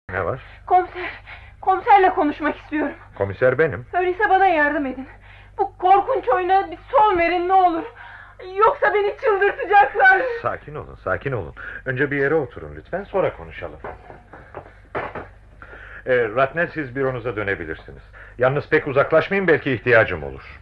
Ne var? Komiserle konuşmak istiyorum. Komiser benim. Öyleyse bana yardım edin. Bu korkunç oyuna bir son verin ne olur. Yoksa beni çıldırtacaklar. Sakin olun, sakin olun. Önce bir yere oturun lütfen, sonra konuşalım. Ratner, siz büronuza dönebilirsiniz. Yalnız pek uzaklaşmayın, belki ihtiyacım olur.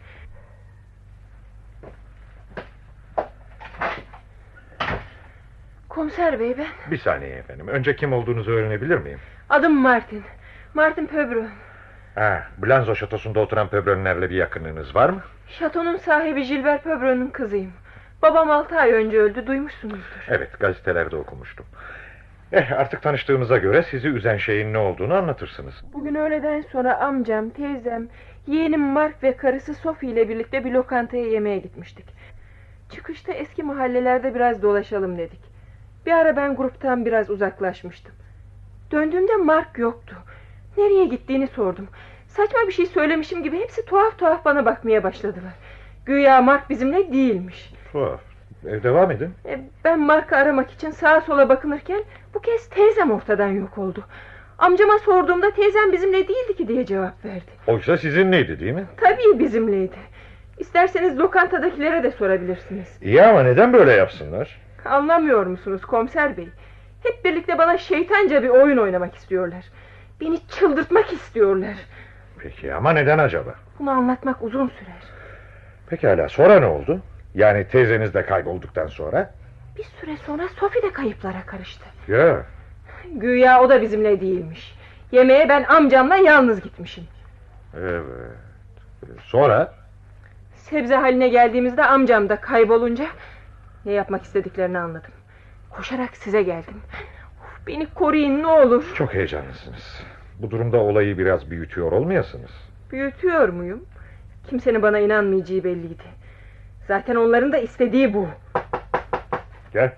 Komiser bey ben. Bir saniye efendim. Önce kim olduğunuzu öğrenebilir miyim? Adım Martin. Martin Pöbrön. Blanzo şatosunda oturan Pöbrönlerle bir yakınlığınız var mı? Şatonun sahibi Gilbert Pöbrön'ün kızıyım. Babam 6 ay önce öldü, duymuşsunuzdur. Evet, gazetelerde okumuştum. Artık tanıştığımıza göre sizi üzen şeyin ne olduğunu anlatırsınız. Bugün öğleden sonra amcam, teyzem, yeğenim Mark ve karısı Sophie ile birlikte bir lokantaya yemeğe gitmiştik. Çıkışta eski mahallelerde biraz dolaşalım dedik. Bir ara ben gruptan biraz uzaklaşmıştım. Döndüğümde Mark yoktu. Nereye gittiğini sordum. Saçma bir şey söylemişim gibi hepsi tuhaf tuhaf bana bakmaya başladılar. Güya Mark bizimle değilmiş. Tuhaf. Devam edin. Ben Mark'ı aramak için sağa sola bakınırken bu kez teyzem ortadan yok oldu. Amcama sorduğumda teyzem bizimle değildi ki diye cevap verdi. Oysa sizinleydi değil mi? Tabii bizimleydi. İsterseniz lokantadakilere de sorabilirsiniz. İyi ama neden böyle yapsınlar? Anlamıyor musunuz komiser bey? Hep birlikte bana şeytanca bir oyun oynamak istiyorlar. Beni çıldırtmak istiyorlar. Peki ama neden acaba? Bunu anlatmak uzun sürer. Pekala, sonra ne oldu? Yani teyzeniz de kaybolduktan sonra? Bir süre sonra Sophie de kayıplara karıştı. Ya. Güya o da bizimle değilmiş. Yemeğe ben amcamla yalnız gitmişim. Evet. Sonra? Sebze haline geldiğimizde amcam da kaybolunca ne yapmak istediklerini anladım. Koşarak size geldim. Beni koruyun ne olur. Çok heyecanlısınız. Bu durumda olayı biraz büyütüyor olmayasınız? Büyütüyor muyum? Kimsenin bana inanmayacağı belliydi. Zaten onların da istediği bu. Gel.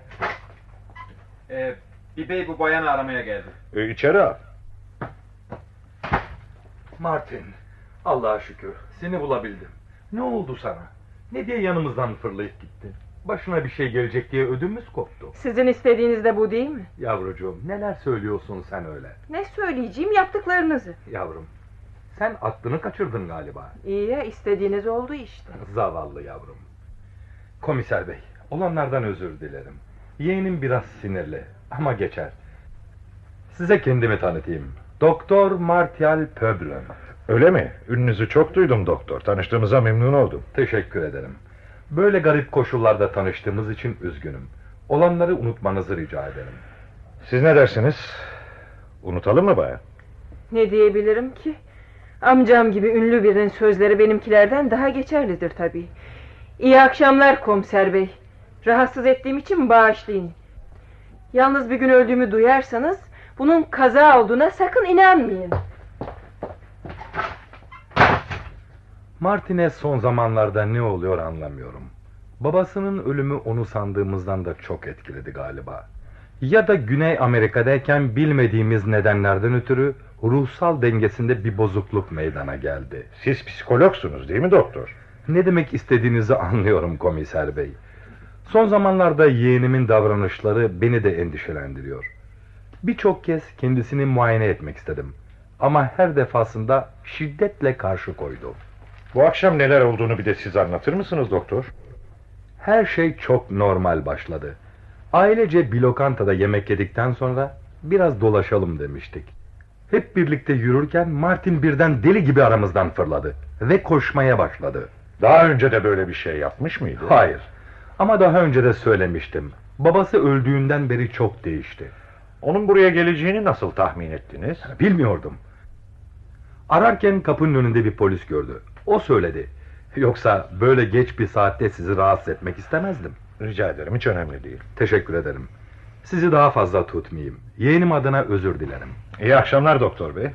Bir bey bu bayanı aramaya geldi. İçeri al. Martin, Allah'a şükür seni bulabildim. Ne oldu sana? Ne diye yanımızdan fırlayıp gittin? Başına bir şey gelecek diye ödümüz koptu. Sizin istediğiniz de bu değil mi? Yavrucuğum, neler söylüyorsun sen öyle? Ne söyleyeceğim, yaptıklarınızı. Yavrum, sen aklını kaçırdın galiba. İyi ya, istediğiniz oldu işte. Zavallı yavrum. Komiser bey, olanlardan özür dilerim. Yeğenim biraz sinirli ama geçer. Size kendimi tanıtayım. Doktor Martial Pöbrön. Öyle mi? Ününüzü çok duydum doktor. Tanıştığımıza memnun oldum. Teşekkür ederim. Böyle garip koşullarda tanıştığımız için üzgünüm. Olanları unutmanızı rica ederim. Siz ne dersiniz? Unutalım mı bayan? Ne diyebilirim ki? Amcam gibi ünlü birinin sözleri benimkilerden daha geçerlidir tabii. İyi akşamlar komiser bey. Rahatsız ettiğim için bağışlayın. Yalnız bir gün öldüğümü duyarsanız bunun kaza olduğuna sakın inanmayın. Martin'e son zamanlarda ne oluyor anlamıyorum. Babasının ölümü onu sandığımızdan da çok etkiledi galiba. Ya da Güney Amerika'dayken bilmediğimiz nedenlerden ötürü ruhsal dengesinde bir bozukluk meydana geldi. Siz psikologsunuz değil mi doktor? Ne demek istediğinizi anlıyorum komiser bey. Son zamanlarda yeğenimin davranışları beni de endişelendiriyor. Birçok kez kendisini muayene etmek istedim. Ama her defasında şiddetle karşı koydu. Bu akşam neler olduğunu bir de siz anlatır mısınız doktor? Her şey çok normal başladı. Ailece bir lokantada yemek yedikten sonra biraz dolaşalım demiştik. Hep birlikte yürürken Martin birden deli gibi aramızdan fırladı ve koşmaya başladı. Daha önce de böyle bir şey yapmış mıydı? Hayır. Ama daha önce de söylemiştim. Babası öldüğünden beri çok değişti. Onun buraya geleceğini nasıl tahmin ettiniz? Bilmiyordum. Ararken kapının önünde bir polis gördü. O söyledi. Yoksa böyle geç bir saatte sizi rahatsız etmek istemezdim. Rica ederim, hiç önemli değil. Teşekkür ederim. Sizi daha fazla tutmayayım. Yeğenim adına özür dilerim. İyi akşamlar doktor bey.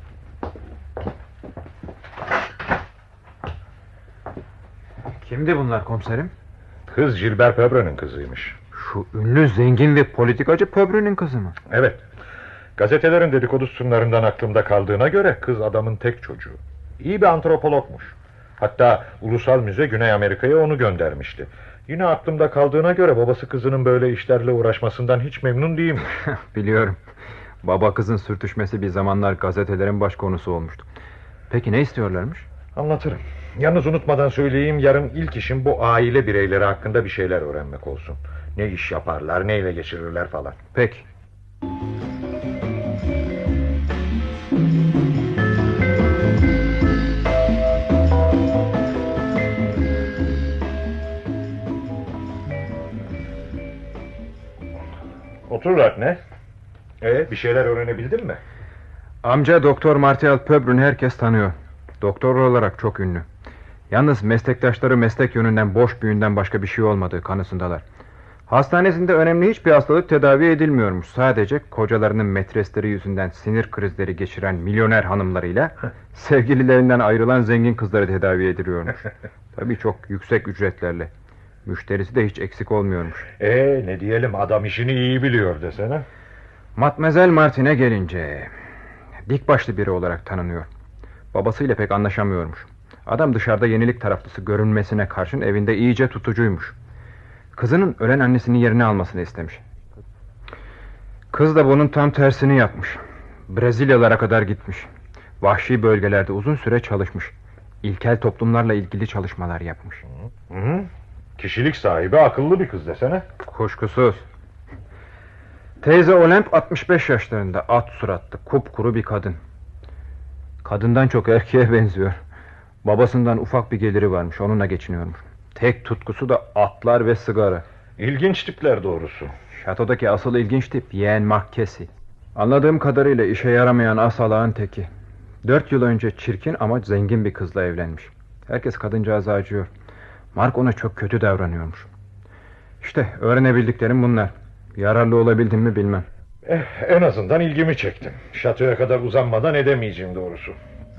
Kimdi bunlar komiserim? Kız Gilbert Pöbrön'ün kızıymış. Şu ünlü zengin ve politikacı Pöbrön'ün kızı mı? Evet. Gazetelerin dedikodu sütunlarından aklımda kaldığına göre kız adamın tek çocuğu. İyi bir antropologmuş. Hatta Ulusal Müze Güney Amerika'ya onu göndermişti. Yine aklımda kaldığına göre babası kızının böyle işlerle uğraşmasından hiç memnun değilmiş. Biliyorum. Baba kızın sürtüşmesi bir zamanlar gazetelerin baş konusu olmuştu. Peki ne istiyorlarmış? Anlatırım. Yalnız unutmadan söyleyeyim, yarın ilk işim bu aile bireyleri hakkında bir şeyler öğrenmek olsun. Ne iş yaparlar, neyle geçirirler falan. Peki. Otur Ratne. Bir şeyler öğrenebildin mi? Amca Doktor Martial Pöbrün'ü herkes tanıyor. Doktor olarak çok ünlü. Yalnız meslektaşları meslek yönünden boş büyünden başka bir şey olmadığı kanısındalar. Hastanesinde önemli hiçbir hastalık tedavi edilmiyormuş. Sadece kocalarının metresleri yüzünden sinir krizleri geçiren milyoner hanımlarıyla sevgililerinden ayrılan zengin kızları tedavi ediliyormuş. Tabii çok yüksek ücretlerle. Müşterisi de hiç eksik olmuyormuş. Ne diyelim, adam işini iyi biliyor desene. Matmazel Martin'e gelince dik başlı biri olarak tanınıyor. Babasıyla pek anlaşamıyormuş. Adam dışarıda yenilik taraflısı görünmesine karşın evinde iyice tutucuymuş. Kızının ölen annesinin yerini almasını istemiş. Kız da bunun tam tersini yapmış. Brezilyalara kadar gitmiş. Vahşi bölgelerde uzun süre çalışmış. İlkel toplumlarla ilgili çalışmalar yapmış. Hı. Kişilik sahibi, akıllı bir kız desene. Kuşkusuz. Teyze Olymp 65 yaşlarında, at suratlı, kupkuru bir kadın. Kadından çok erkeğe benziyor. Babasından ufak bir geliri varmış, onunla geçiniyormuş. Tek tutkusu da atlar ve sigara. İlginç tipler doğrusu. Şatodaki asıl ilginç tip yeğen Marquesi. Anladığım kadarıyla işe yaramayan asalağın teki. 4 yıl önce çirkin ama zengin bir kızla evlenmiş. Herkes kadıncağıza acıyor. Mark ona çok kötü davranıyormuş. İşte öğrenebildiklerim bunlar. Yararlı olabildim mi bilmem. En azından ilgimi çektin. Şatoya kadar uzanmadan edemeyeceğim doğrusu.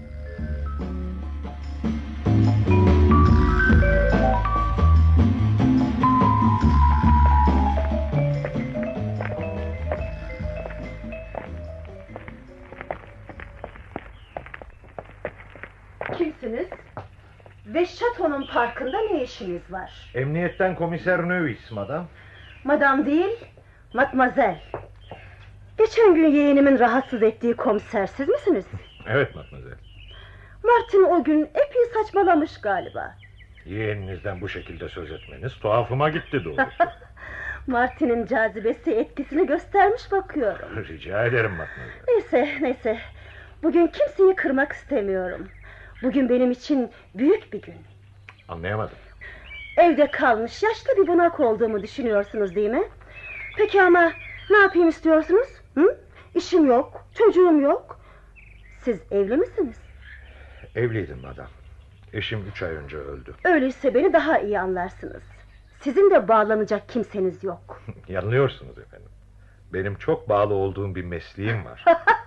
Kimsiniz? Ve şatonun parkında ne işiniz var? Emniyetten komiser Növis, madam. Madam değil, matmazel. Geçen gün yeğenimin rahatsız ettiği komiser siz misiniz? Evet matmazel. Martin o gün epey saçmalamış galiba. Yeğeninizden bu şekilde söz etmeniz tuhafıma gitti doğrusu. Martin'in cazibesi etkisini göstermiş bakıyorum. Rica ederim matmazel. Neyse. Bugün kimseyi kırmak istemiyorum. Bugün benim için büyük bir gün. Anlayamadım. Evde kalmış yaşlı bir bunak olduğumu düşünüyorsunuz değil mi? Peki ama ne yapayım istiyorsunuz? İşim yok, çocuğum yok. Siz evli misiniz? Evliydim madam. Eşim 3 ay önce öldü. Öyleyse beni daha iyi anlarsınız. Sizin de bağlanacak kimseniz yok. Yanılıyorsunuz efendim. Benim çok bağlı olduğum bir mesleğim var.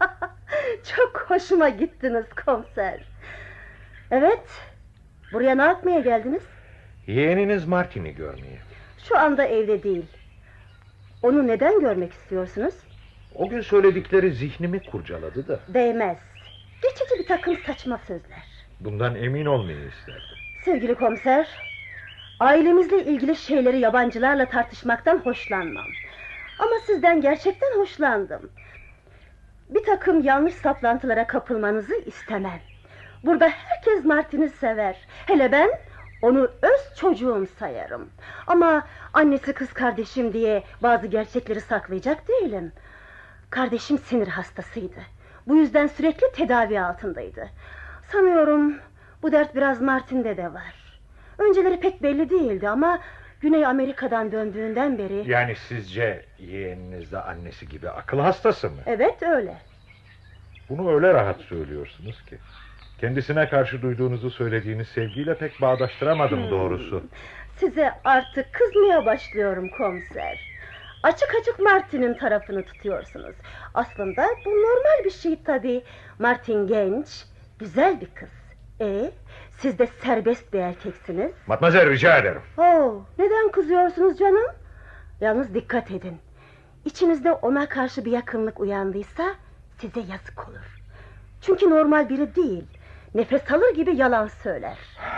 Çok hoşuma gittiniz komiser. Evet, buraya ne yapmaya geldiniz? Yeğeniniz Martin'i görmeye. Şu anda evde değil. Onu neden görmek istiyorsunuz? O gün söyledikleri zihnimi kurcaladı da. Değmez. Geçici bir takım saçma sözler. Bundan emin olmayı isterdim. Sevgili komiser, ailemizle ilgili şeyleri yabancılarla tartışmaktan hoşlanmam. Ama sizden gerçekten hoşlandım. Bir takım yanlış saplantılara kapılmanızı istemem. Burada herkes Martin'i sever. Hele ben onu öz çocuğum sayarım. Ama annesi kız kardeşim diye bazı gerçekleri saklayacak değilim. Kardeşim sinir hastasıydı. Bu yüzden sürekli tedavi altındaydı. Sanıyorum bu dert biraz Martin'de de var. Önceleri pek belli değildi ama Güney Amerika'dan döndüğünden beri... Yani sizce yeğeniniz de annesi gibi akıl hastası mı? Evet öyle. Bunu öyle rahat söylüyorsunuz ki. Kendisine karşı duyduğunuzu söylediğiniz sevgiyle pek bağdaştıramadım doğrusu. Size artık kızmaya başlıyorum komiser. Açık açık Martin'in tarafını tutuyorsunuz. Aslında bu normal bir şey tabii. Martin genç, güzel bir kız. Siz de serbest bir erkeksiniz. Matmazel rica ederim. Neden kızıyorsunuz canım? Yalnız dikkat edin. İçinizde ona karşı bir yakınlık uyandıysa size yazık olur. Çünkü normal biri değil. Nefes alır gibi yalan söyler.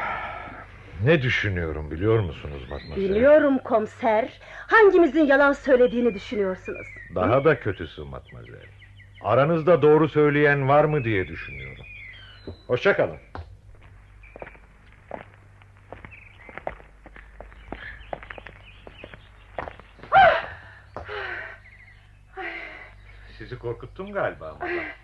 Ne düşünüyorum biliyor musunuz Matmazel? Biliyorum komiser. Hangimizin yalan söylediğini düşünüyorsunuz? Daha da kötüsü Matmazel. Aranızda doğru söyleyen var mı diye düşünüyorum. Hoşça kalın. Sizi korkuttum galiba.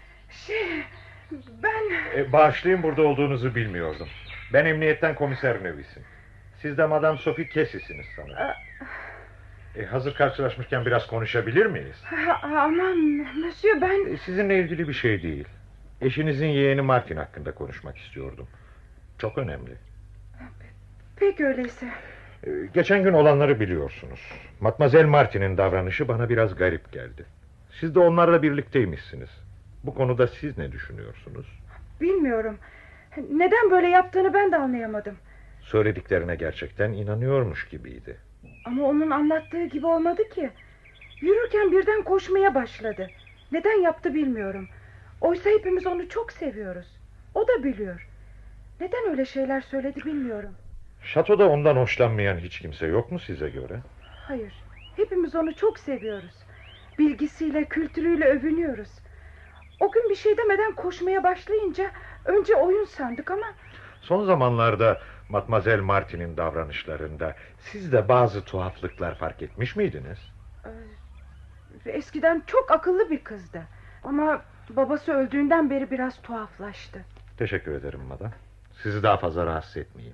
Ben... Bağışlayın, burada olduğunuzu bilmiyordum. Ben emniyetten komiser Nevis'im. Siz de Madame Sophie Kesis'iniz sanırım. Hazır karşılaşmışken biraz konuşabilir miyiz? Aman Monsieur, ben... Sizinle ilgili bir şey değil. Eşinizin yeğeni Martin hakkında konuşmak istiyordum. Çok önemli. Peki öyleyse. Geçen gün olanları biliyorsunuz. Matmazel Martin'in davranışı bana biraz garip geldi. Siz de onlarla birlikteymişsiniz. Bu konuda siz ne düşünüyorsunuz? Bilmiyorum. Neden böyle yaptığını ben de anlayamadım. Söylediklerine gerçekten inanıyormuş gibiydi. Ama onun anlattığı gibi olmadı ki. Yürürken birden koşmaya başladı. Neden yaptı bilmiyorum. Oysa hepimiz onu çok seviyoruz. O da biliyor. Neden öyle şeyler söyledi bilmiyorum. Şatoda ondan hoşlanmayan hiç kimse yok mu size göre? Hayır. Hepimiz onu çok seviyoruz. Bilgisiyle, kültürüyle övünüyoruz. O gün bir şey demeden koşmaya başlayınca önce oyun sandık ama... Son zamanlarda Matmazel Martin'in davranışlarında siz de bazı tuhaflıklar fark etmiş miydiniz? Eskiden çok akıllı bir kızdı. Ama babası öldüğünden beri biraz tuhaflaştı. Teşekkür ederim madam. Sizi daha fazla rahatsız etmeyeyim.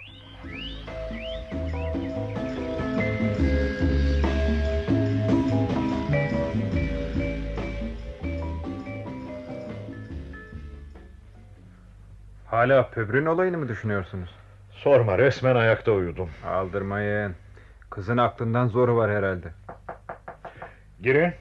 Hala Pöbrün olayını mı düşünüyorsunuz? Sorma, resmen ayakta uyudum. Aldırmayın. Kızın aklından zoru var herhalde. Girin.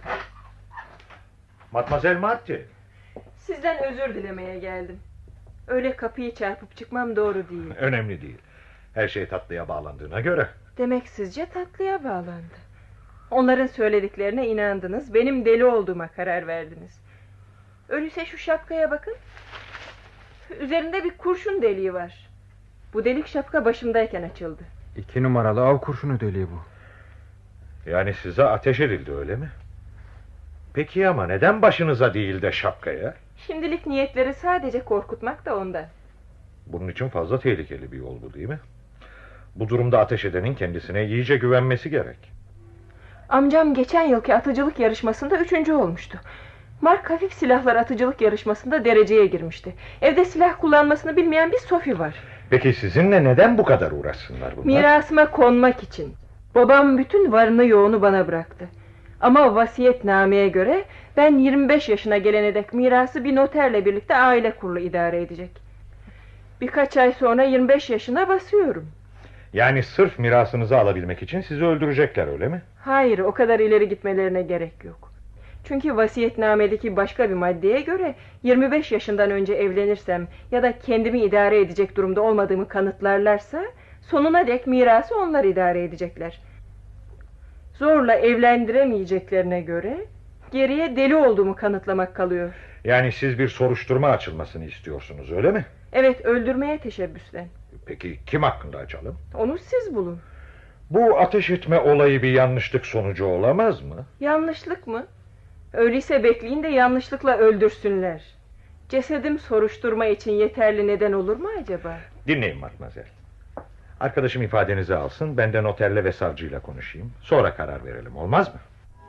Matmazel Martin. Sizden özür dilemeye geldim. Öyle kapıyı çarpıp çıkmam doğru değil. Önemli değil. Her şey tatlıya bağlandığına göre. Demek sizce tatlıya bağlandı. Onların söylediklerine inandınız. Benim deli olduğuma karar verdiniz. Öyleyse şu şapkaya bakın. Üzerinde bir kurşun deliği var. Bu delik şapka başımdayken açıldı. 2 numaralı av kurşunu deliği bu. Yani size ateş edildi, öyle mi? Peki ama neden başınıza değil de şapkaya? Şimdilik niyetleri sadece korkutmak da ondan. Bunun için fazla tehlikeli bir yol bu, değil mi? Bu durumda ateş edenin kendisine iyice güvenmesi gerek. Amcam geçen yılki atıcılık yarışmasında 3. olmuştu. Mark hafif silahlar atıcılık yarışmasında dereceye girmişti. Evde silah kullanmasını bilmeyen bir Sophie var. Peki sizinle neden bu kadar uğraşsınlar bunlar? Mirasıma konmak için. Babam bütün varını yoğunu bana bıraktı. Ama vasiyetnameye göre ben 25 yaşına gelene dek mirası bir noterle birlikte aile kurulu idare edecek. Birkaç ay sonra 25 yaşına basıyorum. Yani sırf mirasınızı alabilmek için sizi öldürecekler, öyle mi? Hayır, o kadar ileri gitmelerine gerek yok. Çünkü vasiyetnamedeki başka bir maddeye göre 25 yaşından önce evlenirsem ya da kendimi idare edecek durumda olmadığımı kanıtlarlarsa sonuna dek mirası onlar idare edecekler. Zorla evlendiremeyeceklerine göre geriye deli olduğumu kanıtlamak kalıyor. Yani siz bir soruşturma açılmasını istiyorsunuz, öyle mi? Evet, öldürmeye teşebbüsten. Peki kim hakkında açalım? Onu siz bulun. Bu ateş etme olayı bir yanlışlık sonucu olamaz mı? Yanlışlık mı? Öyleyse bekleyin de yanlışlıkla öldürsünler. Cesedim soruşturma için yeterli neden olur mu acaba? Dinleyin Matmazel. Arkadaşım ifadenizi alsın, ben de noterle ve savcıyla konuşayım. Sonra karar verelim, olmaz mı?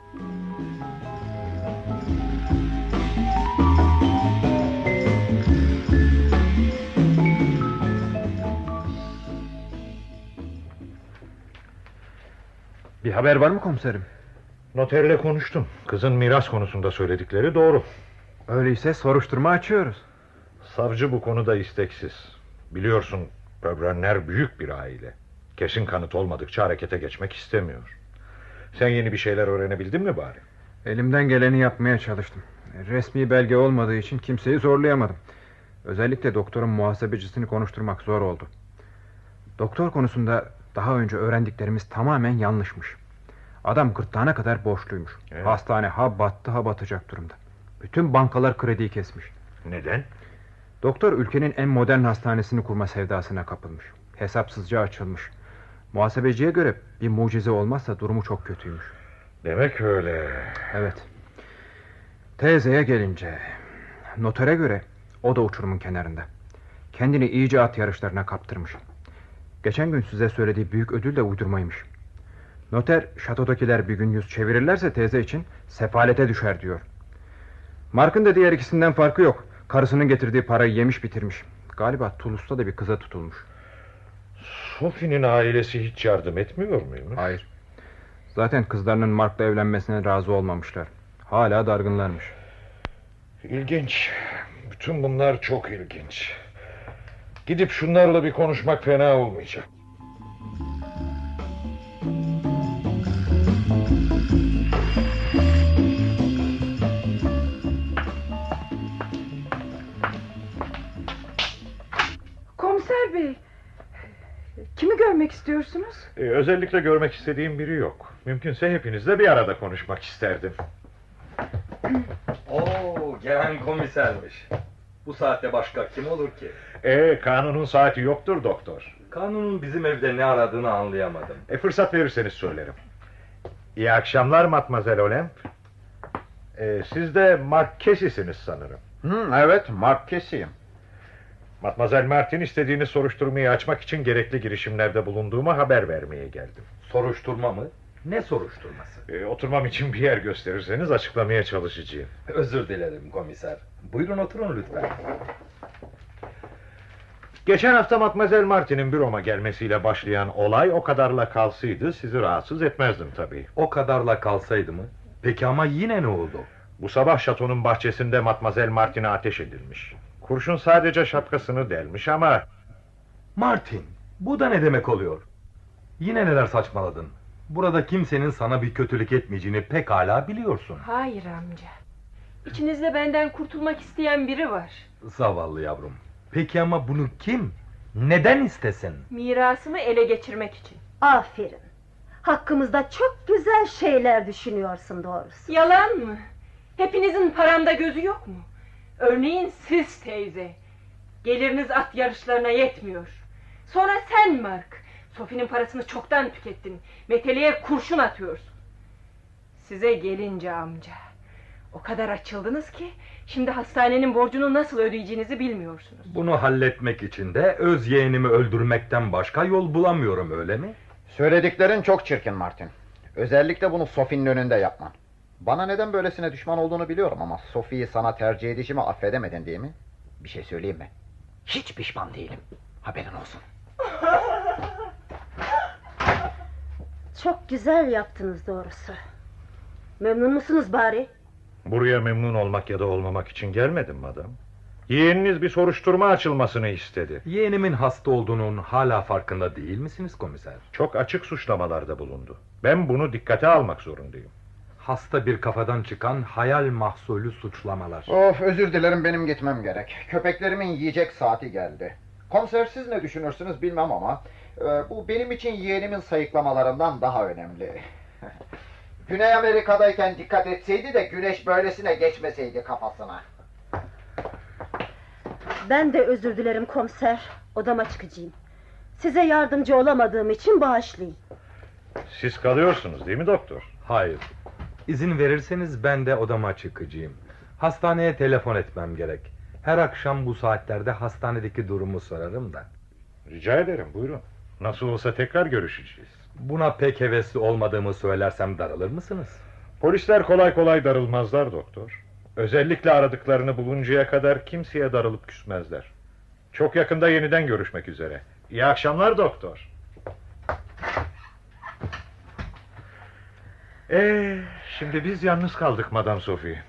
Bir haber var mı komiserim? Noterle konuştum. Kızın miras konusunda söyledikleri doğru. Öyleyse soruşturma açıyoruz. Savcı bu konuda isteksiz. Biliyorsun, Pöbrenler büyük bir aile. Kesin kanıt olmadıkça harekete geçmek istemiyor. Sen yeni bir şeyler öğrenebildin mi bari? Elimden geleni yapmaya çalıştım. Resmi belge olmadığı için kimseyi zorlayamadım. Özellikle doktorun muhasebecisini konuşturmak zor oldu. Doktor konusunda daha önce öğrendiklerimiz tamamen yanlışmış. Adam gırtlağına kadar borçluymuş. Evet. Hastane ha battı ha batacak durumda. Bütün bankalar krediyi kesmiş. Neden? Doktor ülkenin en modern hastanesini kurma sevdasına kapılmış. Hesapsızca açılmış. Muhasebeciye göre bir mucize olmazsa durumu çok kötüymüş. Demek öyle. Evet. Teyzeye gelince, notere göre o da uçurumun kenarında. Kendini iyice at yarışlarına kaptırmış. Geçen gün size söylediği büyük ödül de uydurmaymış. Noter, şatodakiler bir gün yüz çevirirlerse teyze için sefalete düşer diyor. Mark'ın da diğer ikisinden farkı yok. Karısının getirdiği parayı yemiş bitirmiş. Galiba Toulouse'da da bir kıza tutulmuş. Sophie'nin ailesi hiç yardım etmiyor muymuş? Hayır. Zaten kızlarının Mark'la evlenmesine razı olmamışlar. Hala dargınlarmış. İlginç. Bütün bunlar çok ilginç. Gidip şunlarla bir konuşmak fena olmayacak. Komiser bey, kimi görmek istiyorsunuz? Özellikle görmek istediğim biri yok. Mümkünse hepinizle bir arada konuşmak isterdim. Oo, gelen komisermiş. Bu saatte başka kim olur ki? Kanunun saati yoktur doktor. Kanunun bizim evde ne aradığını anlayamadım. Fırsat verirseniz söylerim. İyi akşamlar Matmazel Olemp. Siz de Mark Kesey'siniz sanırım. Evet, Mark Kesey'im. Matmazel Martin istediğiniz soruşturmayı açmak için gerekli girişimlerde bulunduğumu haber vermeye geldim. Soruşturma mı? Ne soruşturması? Oturmam için bir yer gösterirseniz açıklamaya çalışacağım. Özür dilerim komiser. Buyurun oturun lütfen. Geçen hafta Matmazel Martin'in büroma gelmesiyle başlayan olay o kadarla kalsaydı sizi rahatsız etmezdim tabii. O kadarla kalsaydı mı? Peki ama yine ne oldu? Bu sabah şatonun bahçesinde Matmazel Martin'e ateş edilmiş. Kurşun sadece şapkasını delmiş ama... Martin, bu da ne demek oluyor? Yine neler saçmaladın? Burada kimsenin sana bir kötülük etmeyeceğini pekala biliyorsun. Hayır amca. İçinizde benden kurtulmak isteyen biri var. Zavallı yavrum. Peki ama bunu kim? Neden istesin? Mirasımı ele geçirmek için. Aferin. Hakkımızda çok güzel şeyler düşünüyorsun doğrusu. Yalan mı? Hepinizin paramda gözü yok mu? Örneğin siz teyze. Geliriniz at yarışlarına yetmiyor. Sonra sen Mark. Sophie'nin parasını çoktan tükettin. Meteliğe kurşun atıyorsun. Size gelince amca, o kadar açıldınız ki şimdi hastanenin borcunu nasıl ödeyeceğinizi bilmiyorsunuz. Bunu halletmek için de öz yeğenimi öldürmekten başka yol bulamıyorum, öyle mi? Söylediklerin çok çirkin Martin. Özellikle bunu Sophie'nin önünde yapman. Bana neden böylesine düşman olduğunu biliyorum ama Sophie'yi sana tercih edişimi affedemedin değil mi? Bir şey söyleyeyim mi? Hiç pişman değilim. Haberin olsun. Çok güzel yaptınız doğrusu. Memnun musunuz bari? Buraya memnun olmak ya da olmamak için gelmedim madam. Yeğeniniz bir soruşturma açılmasını istedi. Yeğenimin hasta olduğunun hala farkında değil misiniz komiser? Çok açık suçlamalarda bulundu. Ben bunu dikkate almak zorundayım. Hasta bir kafadan çıkan hayal mahsulü suçlamalar. Of, özür dilerim, benim gitmem gerek. Köpeklerimin yiyecek saati geldi. Komiser, siz ne düşünürsünüz bilmem ama bu benim için yeğenimin sayıklamalarından daha önemli. Güney Amerika'dayken dikkat etseydi de güneş böylesine geçmeseydi kafasına. Ben de özür dilerim komiser. Odama çıkacağım. Size yardımcı olamadığım için bağışlayın. Siz kalıyorsunuz değil mi doktor? Hayır. İzin verirseniz ben de odama çıkacağım. Hastaneye telefon etmem gerek. Her akşam bu saatlerde hastanedeki durumu sorarım da. Rica ederim, buyurun. Nasıl olsa tekrar görüşeceğiz. Buna pek hevesli olmadığımı söylersem darılır mısınız? Polisler kolay kolay darılmazlar doktor. Özellikle aradıklarını buluncaya kadar kimseye darılıp küsmezler. Çok yakında yeniden görüşmek üzere. İyi akşamlar doktor. Şimdi biz yalnız kaldık Madame Sophie.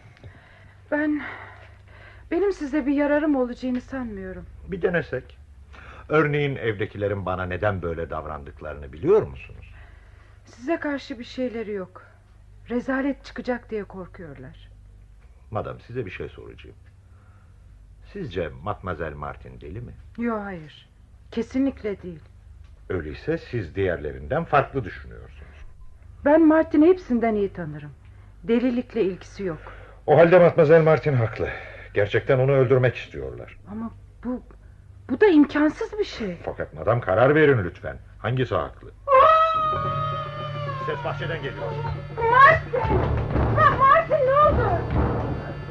Benim size bir yararım olacağını sanmıyorum. Bir denesek. Örneğin evdekilerin bana neden böyle davrandıklarını biliyor musunuz? Size karşı bir şeyleri yok. Rezalet çıkacak diye korkuyorlar. Madam, size bir şey soracağım. Sizce Matmazel Martin deli mi? Yok, hayır. Kesinlikle değil. Öyleyse siz diğerlerinden farklı düşünüyorsunuz. Ben Martin'i hepsinden iyi tanırım. Delilikle ilgisi yok. O halde Matmazel Martin haklı. Gerçekten onu öldürmek istiyorlar. Ama bu da imkansız bir şey. Fakat madam, karar verin lütfen. Hangisi haklı? Ses bahçeden geliyor. Martin! Martin, ne oldu?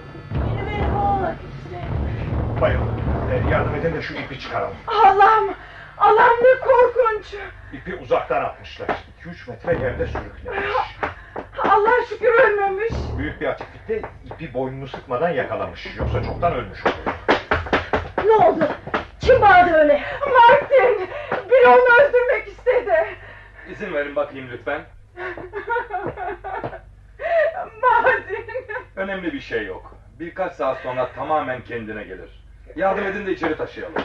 de şu ipi çıkaralım. Allah'ım! Allah'ım ne korkunç! İpi uzaktan atmışlar. 2-3 metre yerde sürüklemiş. Allah'a şükür ölmemiş. Büyük bir atiklikte ipi boynunu sıkmadan yakalamış. Yoksa çoktan ölmüş olur. Ne oldu? Kim bağırdı öyle? Martin! Biri onu öldürmek istedi. İzin verin bakayım lütfen. Martin! Önemli bir şey yok. Birkaç saat sonra tamamen kendine gelir. Yardım edin de içeri taşıyalım.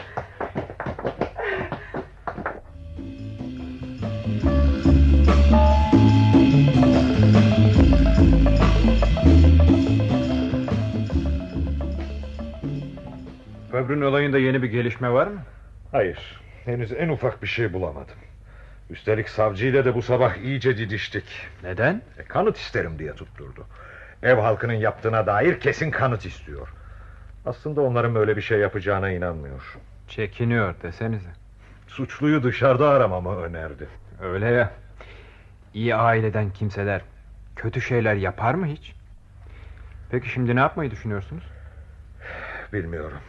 Pöbrün olayında yeni bir gelişme var mı? Hayır. Henüz en ufak bir şey bulamadım. Üstelik savcıyla da bu sabah iyice didiştik. Neden? Kanıt isterim diye tutturdu. Ev halkının yaptığına dair kesin kanıt istiyor. Aslında onların böyle bir şey yapacağına inanmıyor. Çekiniyor desenize. Suçluyu dışarıda aramamı önerdi. Öyle ya. İyi aileden kimseler kötü şeyler yapar mı hiç? Peki şimdi ne yapmayı düşünüyorsunuz? Bilmiyorum.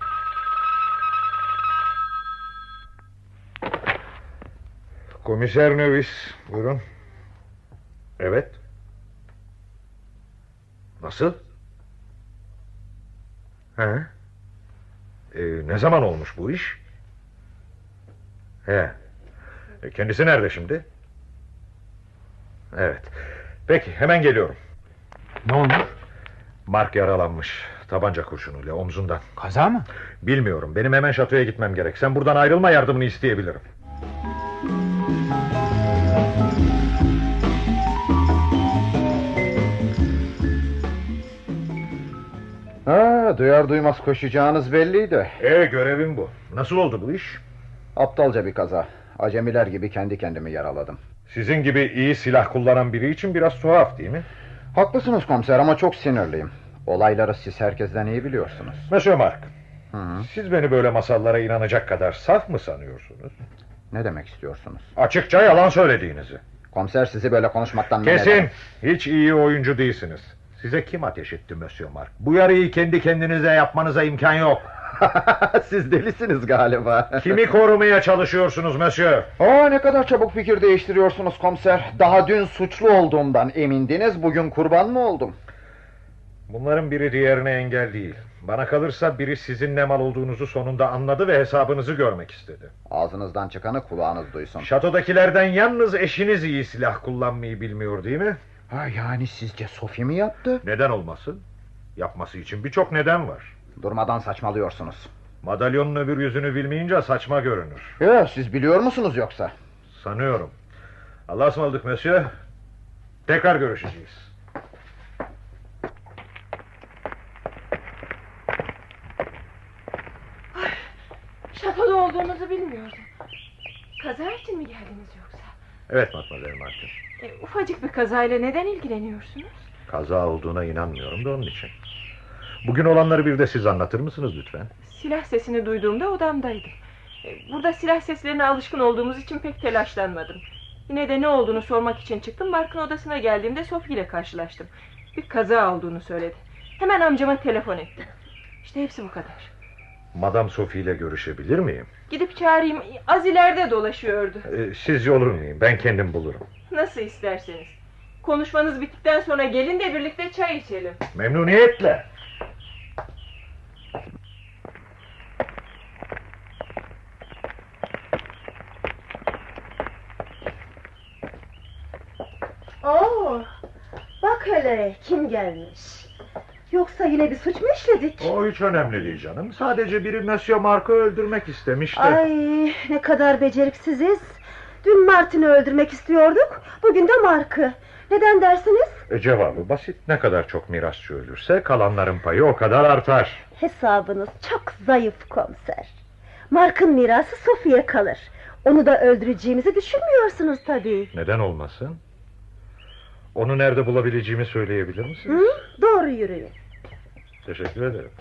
Komiser Növis, buyurun. Evet. Nasıl? He? Ne zaman olmuş bu iş? He. Kendisi nerede şimdi? Evet. Peki, hemen geliyorum. Ne olmuş? Mark yaralanmış. Tabanca kurşunuyla omzundan. Kaza mı? Bilmiyorum. Benim hemen şatoya gitmem gerek. Sen buradan ayrılma, yardımını isteyebilirim. Duyar duymaz koşacağınız belliydi. Görevim bu. Nasıl oldu bu iş? Aptalca bir kaza. Acemiler gibi kendi kendimi yaraladım. Sizin gibi iyi silah kullanan biri için biraz tuhaf değil mi? Haklısınız komiser ama çok sinirliyim. Olayları siz herkesten iyi biliyorsunuz. Monsieur Mark, Hı. siz beni böyle masallara inanacak kadar saf mı sanıyorsunuz? Ne demek istiyorsunuz? Açıkça yalan söylediğinizi. Komiser sizi böyle konuşmaktan men Kesin. eder. Hiç iyi oyuncu değilsiniz. Size kim ateş etti Monsieur Mark? Bu yarıyı kendi kendinize yapmanıza imkan yok. Siz delisiniz galiba. Kimi korumaya çalışıyorsunuz Monsieur? Ne kadar çabuk fikir değiştiriyorsunuz komiser. Daha dün suçlu olduğumdan emindiniz, bugün kurban mı oldum? Bunların biri diğerine engel değil. Bana kalırsa biri sizin ne mal olduğunuzu sonunda anladı ve hesabınızı görmek istedi. Ağzınızdan çıkanı kulağınız duysun. Şatodakilerden yalnız eşiniz iyi silah kullanmayı bilmiyor değil mi? Yani sizce Sophie mi yaptı? Neden olmasın? Yapması için birçok neden var. Durmadan saçmalıyorsunuz. Madalyonun öbür yüzünü bilmeyince saçma görünür. Siz biliyor musunuz yoksa? Sanıyorum. Allah'a ısmarladık Monsieur. Tekrar görüşeceğiz. Şatoda olduğunuzu bilmiyordum. Kaza için mi geldiniz yoksa? Evet Mademoiselle Martin. Ufacık bir kazayla neden ilgileniyorsunuz? Kaza olduğuna inanmıyorum da onun için. Bugün olanları bir de siz anlatır mısınız lütfen? Silah sesini duyduğumda odamdaydım. Burada silah seslerine alışkın olduğumuz için pek telaşlanmadım. Yine de ne olduğunu sormak için çıktım. Mark'ın odasına geldiğimde Sophie ile karşılaştım. Bir kaza olduğunu söyledi. Hemen amcama telefon ettim. İşte hepsi bu kadar. Madame Sophie ile görüşebilir miyim? Gidip çağırayım. Az ileride dolaşıyordu. Siz olur muyum? Ben kendim bulurum. Nasıl isterseniz. Konuşmanız bittikten sonra gelin de birlikte çay içelim. Memnuniyetle. Bak hele kim gelmiş. Yoksa yine bir suç mu işledik? O hiç önemli değil canım. Sadece biri Monsieur Mark'ı öldürmek istemiş de. Ay ne kadar beceriksiziz. Dün Martin'i öldürmek istiyorduk. Bugün de Mark'ı. Neden dersiniz? Cevabı basit. Ne kadar çok mirasçı ölürse kalanların payı o kadar artar. Hesabınız çok zayıf komiser. Mark'ın mirası Sophie'ye kalır. Onu da öldüreceğimizi düşünmüyorsunuz tabii. Neden olmasın? Onu nerede bulabileceğimi söyleyebilir misiniz? Doğru yürüyün. Teşekkür ederim.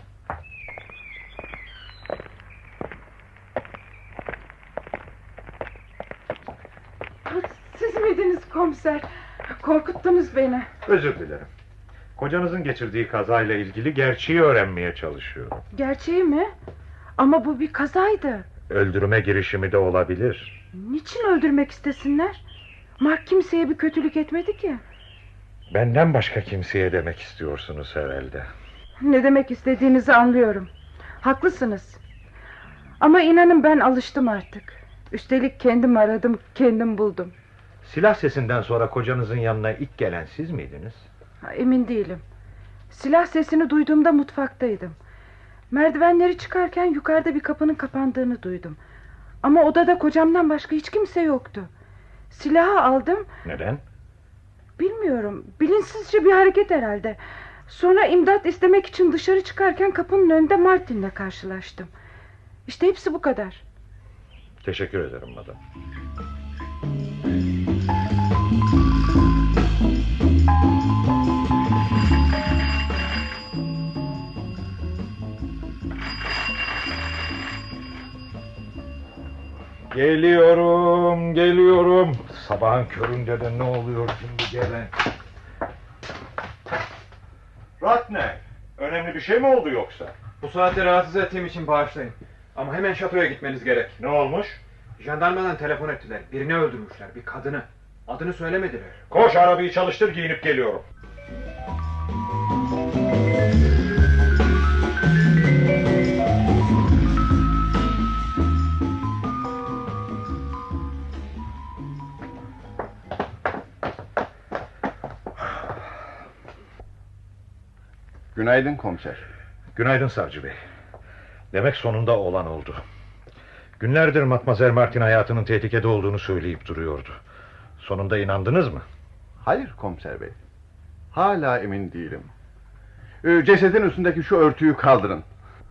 Siz miydiniz komiser? Korkuttunuz beni. Özür dilerim. Kocanızın geçirdiği kazayla ilgili gerçeği öğrenmeye çalışıyorum. Gerçeği mi? Ama bu bir kazaydı. Öldürme girişimi de olabilir. Niçin öldürmek istesinler? Mark kimseye bir kötülük etmedi ki. Benden başka kimseye demek istiyorsunuz herhalde. Ne demek istediğinizi anlıyorum. Haklısınız. Ama inanın ben alıştım artık. Üstelik kendim aradım, kendim buldum. Silah sesinden sonra kocanızın yanına ilk gelen siz miydiniz? Emin değilim. Silah sesini duyduğumda mutfaktaydım. Merdivenleri çıkarken yukarıda bir kapının kapandığını duydum. Ama odada kocamdan başka hiç kimse yoktu. Silahı aldım. Neden? Bilmiyorum. Bilinçsizce bir hareket herhalde. Sonra imdat istemek için dışarı çıkarken kapının önünde Martin'le karşılaştım. İşte hepsi bu kadar. Teşekkür ederim madam. Geliyorum. Sabahın köründe de ne oluyor şimdi gelen? Ratner, önemli bir şey mi oldu yoksa? Bu saatte rahatsız ettiğim için bağışlayın. Ama hemen şatoya gitmeniz gerek. Ne olmuş? Jandarmadan telefon ettiler. Birini öldürmüşler, bir kadını. Adını söylemediler. Koş, arabayı çalıştır, giyinip geliyorum. Günaydın komiser. Günaydın savcı bey. Demek sonunda olan oldu. Günlerdir Matmazel Martin hayatının tehlikede olduğunu söyleyip duruyordu. Sonunda inandınız mı? Hayır komiser bey. Hala emin değilim. Cesedin üstündeki şu örtüyü kaldırın.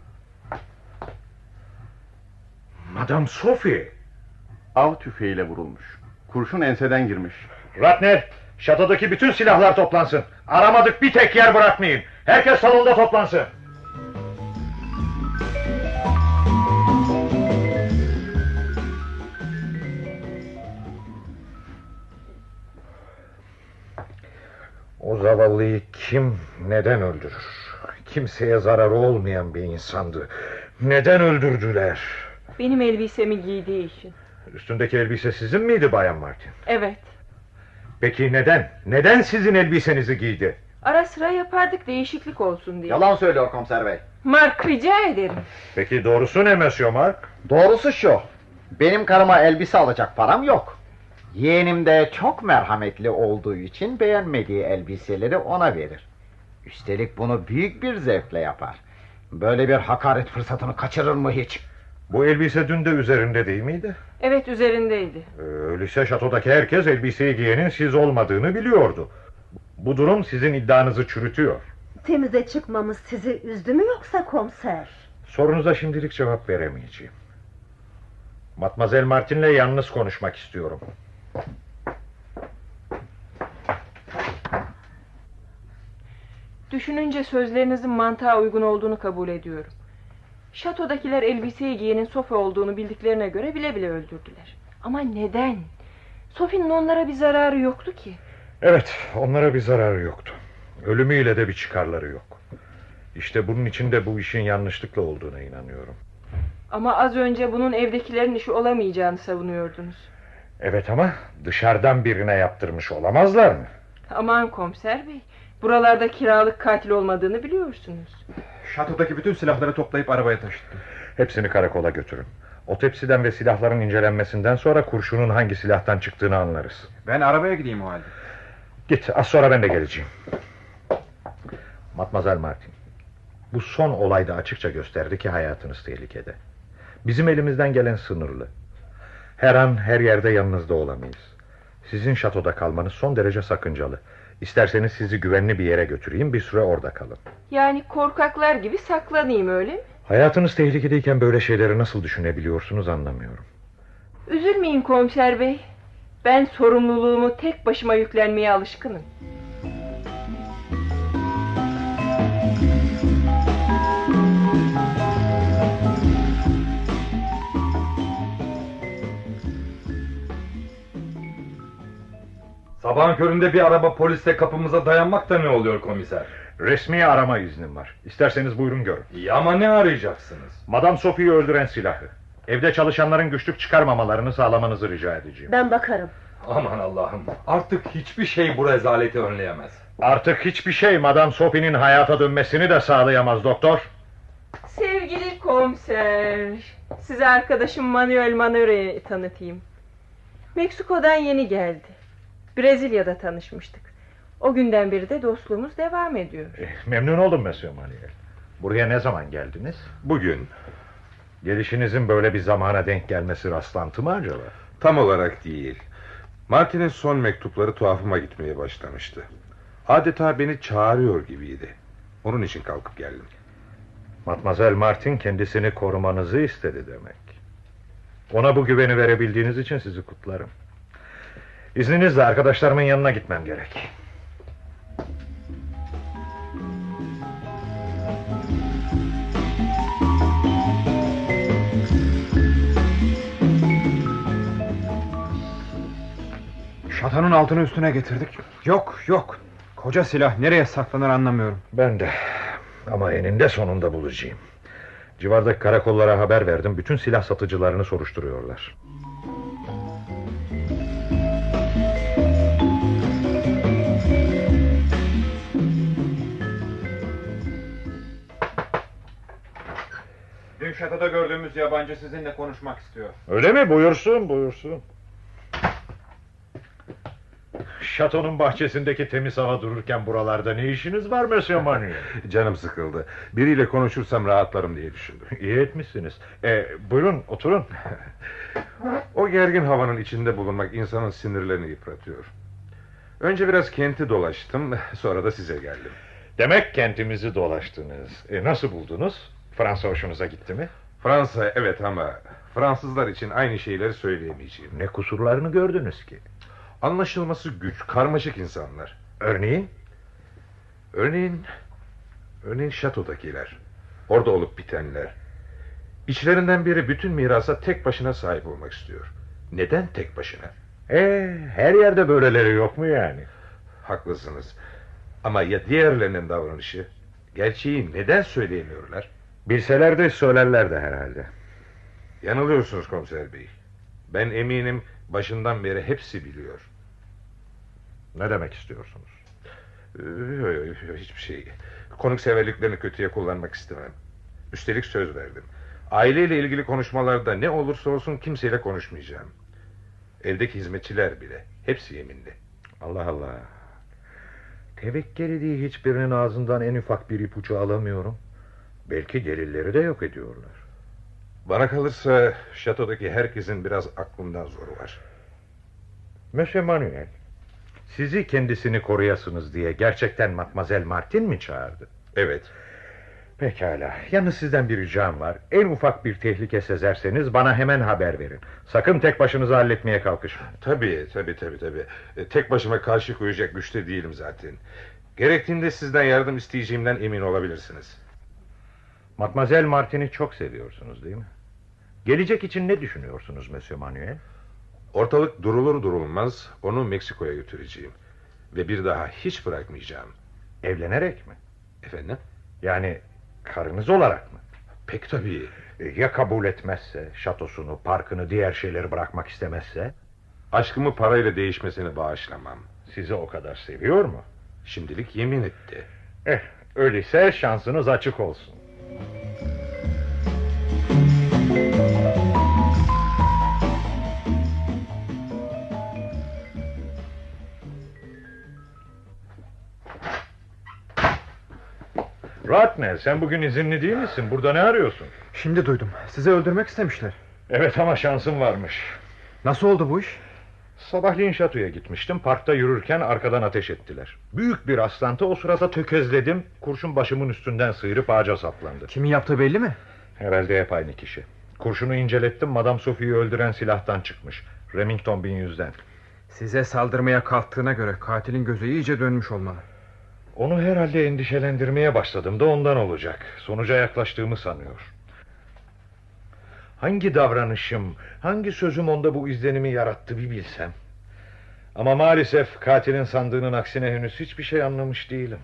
Madame Sophie. Av tüfeğiyle vurulmuş. Kurşun enseden girmiş. Ratner, şatodaki bütün silahlar toplansın. Aramadık bir tek yer bırakmayın. Herkes salonda toplansın. O zavallıyı kim, neden öldürür? Kimseye zararı olmayan bir insandı. Neden öldürdüler? Benim elbisemi giydiği için. Üstündeki elbise sizin miydi Bayan Martin? Evet. Peki neden? Neden sizin elbisenizi giydi? Ara sıra yapardık değişiklik olsun diye. Yalan söylüyor komiser bey. Mark, rica ederim. Peki doğrusu ne Monsieur Mark? Doğrusu şu. Benim karıma elbise alacak param yok. Yeğenim de çok merhametli olduğu için beğenmediği elbiseleri ona verir. Üstelik bunu büyük bir zevkle yapar. Böyle bir hakaret fırsatını kaçırır mı hiç? Bu elbise dün de üzerinde değil miydi? Evet, üzerindeydi. Öyleyse şatodaki herkes elbiseyi giyenin siz olmadığını biliyordu. Bu durum sizin iddianızı çürütüyor. Temize çıkmamız sizi üzdü mü yoksa komiser? Sorunuza şimdilik cevap veremeyeceğim. Matmazel Martin'le yalnız konuşmak istiyorum. Düşününce sözlerinizin mantığa uygun olduğunu kabul ediyorum. Şatodakiler elbiseyi giyenin Sophie olduğunu bildiklerine göre bile bile öldürdüler. Ama neden? Sophie'nin onlara bir zararı yoktu ki. Evet, onlara bir zararı yoktu. Ölümüyle de bir çıkarları yok. İşte bunun için de bu işin yanlışlıkla olduğuna inanıyorum. Ama az önce bunun evdekilerin işi olamayacağını savunuyordunuz. Evet ama dışarıdan birine yaptırmış olamazlar mı? Aman komiser bey, buralarda kiralık katil olmadığını biliyorsunuz. Şatodaki bütün silahları toplayıp arabaya taşıttım. Hepsini karakola götürün. Otopsiden ve silahların incelenmesinden sonra kurşunun hangi silahtan çıktığını anlarız. Ben arabaya gideyim o halde. Git, az sonra ben de geleceğim. Matmazel Martin, bu son olayda açıkça gösterdi ki hayatınız tehlikede. Bizim elimizden gelen sınırlı. Her an her yerde yanınızda olamayız. Sizin şatoda kalmanız son derece sakıncalı. İsterseniz sizi güvenli bir yere götüreyim, bir süre orada kalın. Yani korkaklar gibi saklanayım, öyle mi? Hayatınız tehlikedeyken böyle şeyleri nasıl düşünebiliyorsunuz anlamıyorum. Üzülmeyin komiser bey. Ben sorumluluğumu tek başıma yüklenmeye alışkınım. Sabah Sabahın köründe bir araba polisle kapımıza dayanmak da ne oluyor komiser? Resmi arama iznim var. İsterseniz buyurun görün. İyi ama ne arayacaksınız? Madame Sophie'yi öldüren silahı. Evde çalışanların güçlük çıkarmamalarını sağlamanızı rica edeceğim. Ben bakarım. Aman Allah'ım, artık hiçbir şey bu rezaleti önleyemez. Artık hiçbir şey Madame Sophie'nin hayata dönmesini de sağlayamaz doktor. Sevgili komiser, size arkadaşım Manuel Manöre'yi tanıtayım. Meksiko'dan yeni geldi. Brezilya'da tanışmıştık. O günden beri de dostluğumuz devam ediyor. Memnun oldum Monsieur Manuel. Buraya ne zaman geldiniz? Bugün. Gelişinizin böyle bir zamana denk gelmesi rastlantı mı acaba? Tam olarak değil. Martin'in son mektupları tuhafıma gitmeye başlamıştı. Adeta beni çağırıyor gibiydi. Onun için kalkıp geldim. Mademoiselle Martin kendisini korumanızı istedi demek. Ona bu güveni verebildiğiniz için sizi kutlarım. İzninizle arkadaşlarımın yanına gitmem gerek. Şatonun altını üstüne getirdik. Yok yok. Koca silah nereye saklanır anlamıyorum. Ben de. Ama eninde sonunda bulacağım. Civardaki karakollara haber verdim. Bütün silah satıcılarını soruşturuyorlar. Dün şatoda gördüğümüz yabancı sizinle konuşmak istiyor. Öyle mi? Buyursun, buyursun. Şatonun bahçesindeki temiz hava dururken buralarda ne işiniz var Monsieur Manuel? Canım sıkıldı. Biriyle konuşursam rahatlarım diye düşündüm. İyi etmişsiniz. Buyurun, oturun. O gergin havanın içinde bulunmak insanın sinirlerini yıpratıyor. Önce biraz kenti dolaştım, sonra da size geldim. Demek kentimizi dolaştınız. Nasıl buldunuz? Fransa hoşunuza gitti mi? Fransa evet ama Fransızlar için aynı şeyleri söyleyemeyeceğim. Ne kusurlarını gördünüz ki? Anlaşılması güç, karmaşık insanlar. Örneğin? Örneğin şatodakiler. Orada olup bitenler. İçlerinden biri bütün mirasa tek başına sahip olmak istiyor. Neden tek başına? Her yerde böyleleri yok mu yani? Haklısınız. Ama ya diğerlerinin davranışı? Gerçeği neden söyleyemiyorlar? Bilseler de söylerler de herhalde. Yanılıyorsunuz komiser bey. Ben eminim başından beri hepsi biliyor. Ne demek istiyorsunuz? Hiçbir şey. Konukseverliklerini kötüye kullanmak istemem. Üstelik söz verdim. Aileyle ilgili konuşmalarda ne olursa olsun kimseyle konuşmayacağım. Evdeki hizmetçiler bile. Hepsi yeminli. Allah Allah. Tevekkeli diye hiçbirinin ağzından en ufak bir ipucu alamıyorum. Belki delilleri de yok ediyorlar. Bana kalırsa şatodaki herkesin biraz aklından zoru var. Monsieur Manuel, sizi kendisini koruyasınız diye gerçekten Mademoiselle Martin mi çağırdı? Evet. Pekala. Yalnız sizden bir ricam var. En ufak bir tehlike sezerseniz bana hemen haber verin. Sakın tek başınıza halletmeye kalkışmayın. Tabii. Tek başıma karşı koyacak güçte değilim zaten. Gerektiğinde sizden yardım isteyeceğimden emin olabilirsiniz. Mademoiselle Martin'i çok seviyorsunuz değil mi? Gelecek için ne düşünüyorsunuz Monsieur Manuel? Ortalık durulur durulmaz onu Meksiko'ya götüreceğim. Ve bir daha hiç bırakmayacağım. Evlenerek mi? Efendim? Yani karınız olarak mı? Pek tabii. Ya kabul etmezse, şatosunu, parkını, diğer şeyleri bırakmak istemezse? Aşkımı parayla değişmesini bağışlamam. Sizi o kadar seviyor mu? Şimdilik yemin etti. Öyleyse şansınız açık olsun. Ratner, sen bugün izinli değil misin? Burada ne arıyorsun? Şimdi duydum. Sizi öldürmek istemişler. Evet ama şansım varmış. Nasıl oldu bu iş? Sabahleyin şatoya gitmiştim. Parkta yürürken arkadan ateş ettiler. Büyük bir rastlantı. O sırada tökezledim. Kurşun başımın üstünden sıyırıp ağaca saplandı. Kimin yaptığı belli mi? Herhalde hep aynı kişi. Kurşunu incelettim. Madame Sophie'yi öldüren silahtan çıkmış. Remington 1100'den. Size saldırmaya kalktığına göre katilin gözü iyice dönmüş olmalı. Onu herhalde endişelendirmeye başladım da ondan olacak. Sonuca yaklaştığımı sanıyor. Hangi davranışım, hangi sözüm onda bu izlenimi yarattı bir bilsem. Ama maalesef katilin sandığının aksine henüz hiçbir şey anlamış değilim.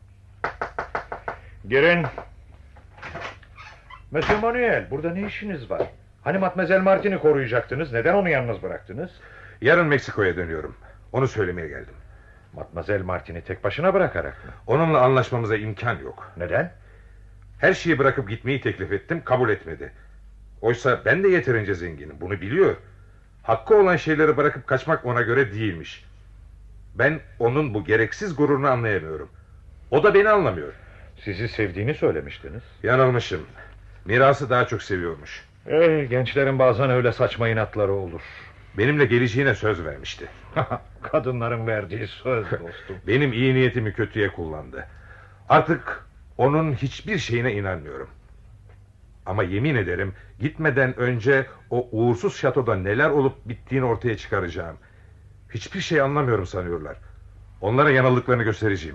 Girin. Monsieur Manuel, burada ne işiniz var? Hani Matmazel Martin'i koruyacaktınız, neden onu yalnız bıraktınız? Yarın Meksiko'ya dönüyorum. Onu söylemeye geldim. Matmazel Martin'i tek başına bırakarak mı? Onunla anlaşmamıza imkan yok. Neden? Her şeyi bırakıp gitmeyi teklif ettim, kabul etmedi. Oysa ben de yeterince zenginim, bunu biliyor. Hakkı olan şeyleri bırakıp kaçmak ona göre değilmiş. Ben onun bu gereksiz gururunu anlayamıyorum. O da beni anlamıyor. Sizi sevdiğini söylemiştiniz. Yanılmışım. Mirası daha çok seviyormuş. Gençlerin bazen öyle saçma inatları olur. Benimle geleceğine söz vermişti. Kadınların verdiği söz dostum. Benim iyi niyetimi kötüye kullandı. Artık onun hiçbir şeyine inanmıyorum. Ama yemin ederim gitmeden önce o uğursuz şatoda neler olup bittiğini ortaya çıkaracağım. Hiçbir şey anlamıyorum sanıyorlar. Onlara yanıldıklarını göstereceğim.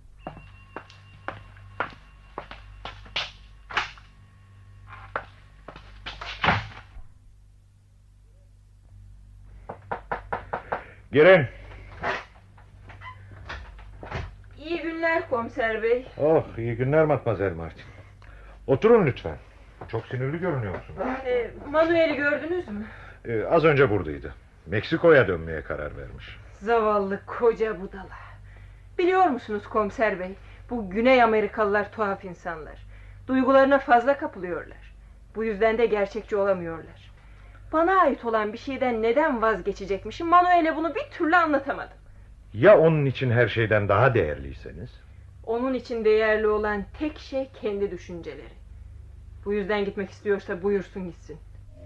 Girin. İyi günler komiser bey. Oh, iyi günler Matmazel Martin. Oturun lütfen. Çok sinirli görünüyorsun. Manuel'i gördünüz mü? Az önce buradaydı. Meksiko'ya dönmeye karar vermiş. Zavallı koca budala. Biliyor musunuz komiser bey? Bu Güney Amerikalılar tuhaf insanlar. Duygularına fazla kapılıyorlar. Bu yüzden de gerçekçi olamıyorlar. Bana ait olan bir şeyden neden vazgeçecekmişim? Manuel'e bunu bir türlü anlatamadım. Ya onun için her şeyden daha değerliyseniz? Onun için değerli olan tek şey kendi düşünceleri. Bu yüzden gitmek istiyorsa buyursun gitsin.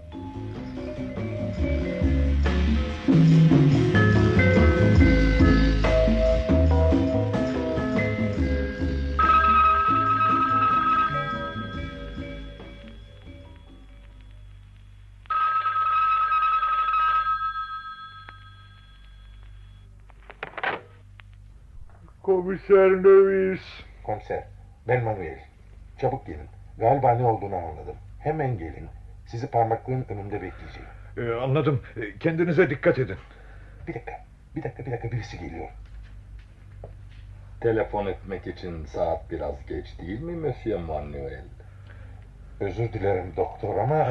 Komiser Lewis. Komiser, ben Manuel. Çabuk gelin. Galiba ne olduğunu anladım. Hemen gelin. Sizi parmaklığın önünde bekleyeceğim. Anladım. Kendinize dikkat edin. Bir dakika birisi geliyor. Telefon etmek için saat biraz geç değil mi Monsieur Manuel? Özür dilerim doktor ama...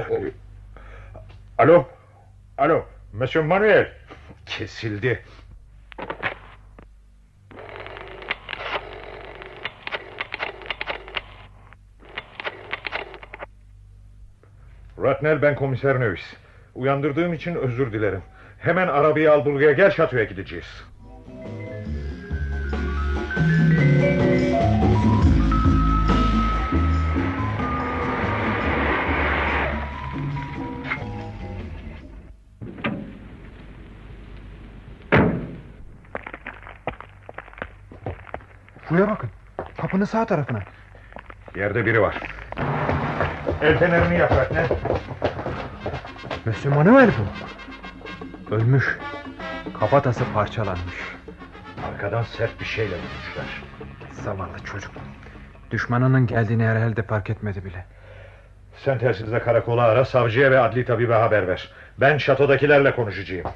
Alo, Monsieur Manuel. Kesildi. Ratnel, ben komiser Lewis. Uyandırdığım için özür dilerim. Hemen arabayı al buraya, gel şatoya gideceğiz. Şuraya bakın. Kapının sağ tarafına. Yerde biri var. El fenerini yak Ratnel. Monsieur Manuel bu. Ölmüş. Kafatası parçalanmış. Arkadan sert bir şeyle vurmuşlar. Zavallı çocuk. Düşmanının geldiğini herhalde fark etmedi bile. Sen telsizle karakola ara, savcıya ve adli tabibe haber ver. Ben şatodakilerle konuşacağım.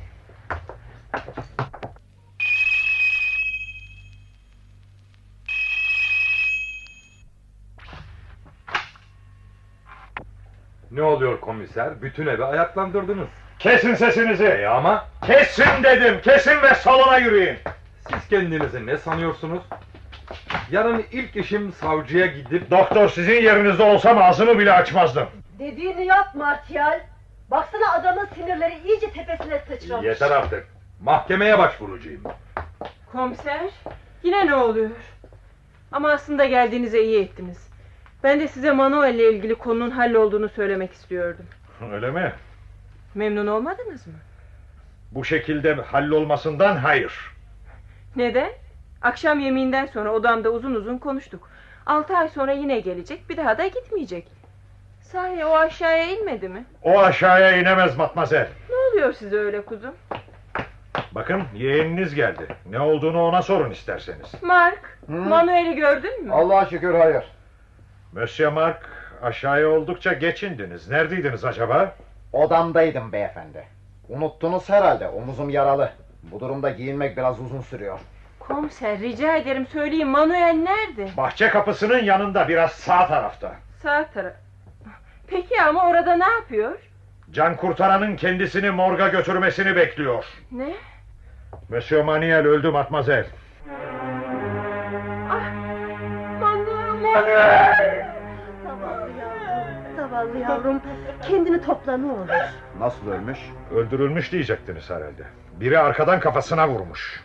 Ne oluyor komiser? Bütün evi ayaklandırdınız. Kesin sesinizi! Ama Kesin dedim! Kesin ve salona yürüyün! siz kendinizi ne sanıyorsunuz? Yarın ilk işim savcıya gidip... Doktor, sizin yerinizde olsam ağzımı bile açmazdım. Dediğini yap Martial. Baksana adamın sinirleri iyice tepesine sıçramış. Yeter artık. Mahkemeye başvuracağım. Komiser, yine ne oluyor? Ama aslında geldiğinize iyi ettiniz. Ben de size Manuel'le ilgili konunun hallolduğunu söylemek istiyordum. Öyle mi? Memnun olmadınız mı? Bu şekilde hallolmasından hayır. Neden? Akşam yemeğinden sonra odamda uzun uzun konuştuk. 6 ay sonra yine gelecek, bir daha da gitmeyecek. Sahi o aşağıya inmedi mi? O aşağıya inemez Matmazel. Ne oluyor size öyle kuzum? Bakın, yeğeniniz geldi. Ne olduğunu ona sorun isterseniz. Mark, Manuel'i gördün mü? Allah'a şükür hayır. Monsieur Mark, aşağıya oldukça geç indiniz. Neredeydiniz acaba? Odamdaydım beyefendi. Unuttunuz herhalde, omuzum yaralı. Bu durumda giyinmek biraz uzun sürüyor. Komiser rica ederim söyleyin, Manuel nerede? Bahçe kapısının yanında, biraz sağ tarafta. Sağ taraf. Peki ama orada ne yapıyor? Can kurtaranın kendisini morga götürmesini bekliyor. Ne? Monsieur Manuel öldü Matmazel. Manuel! Zavallı yavrum. Kendini topla ne olur. Nasıl ölmüş? Öldürülmüş diyecektiniz herhalde. Biri arkadan kafasına vurmuş.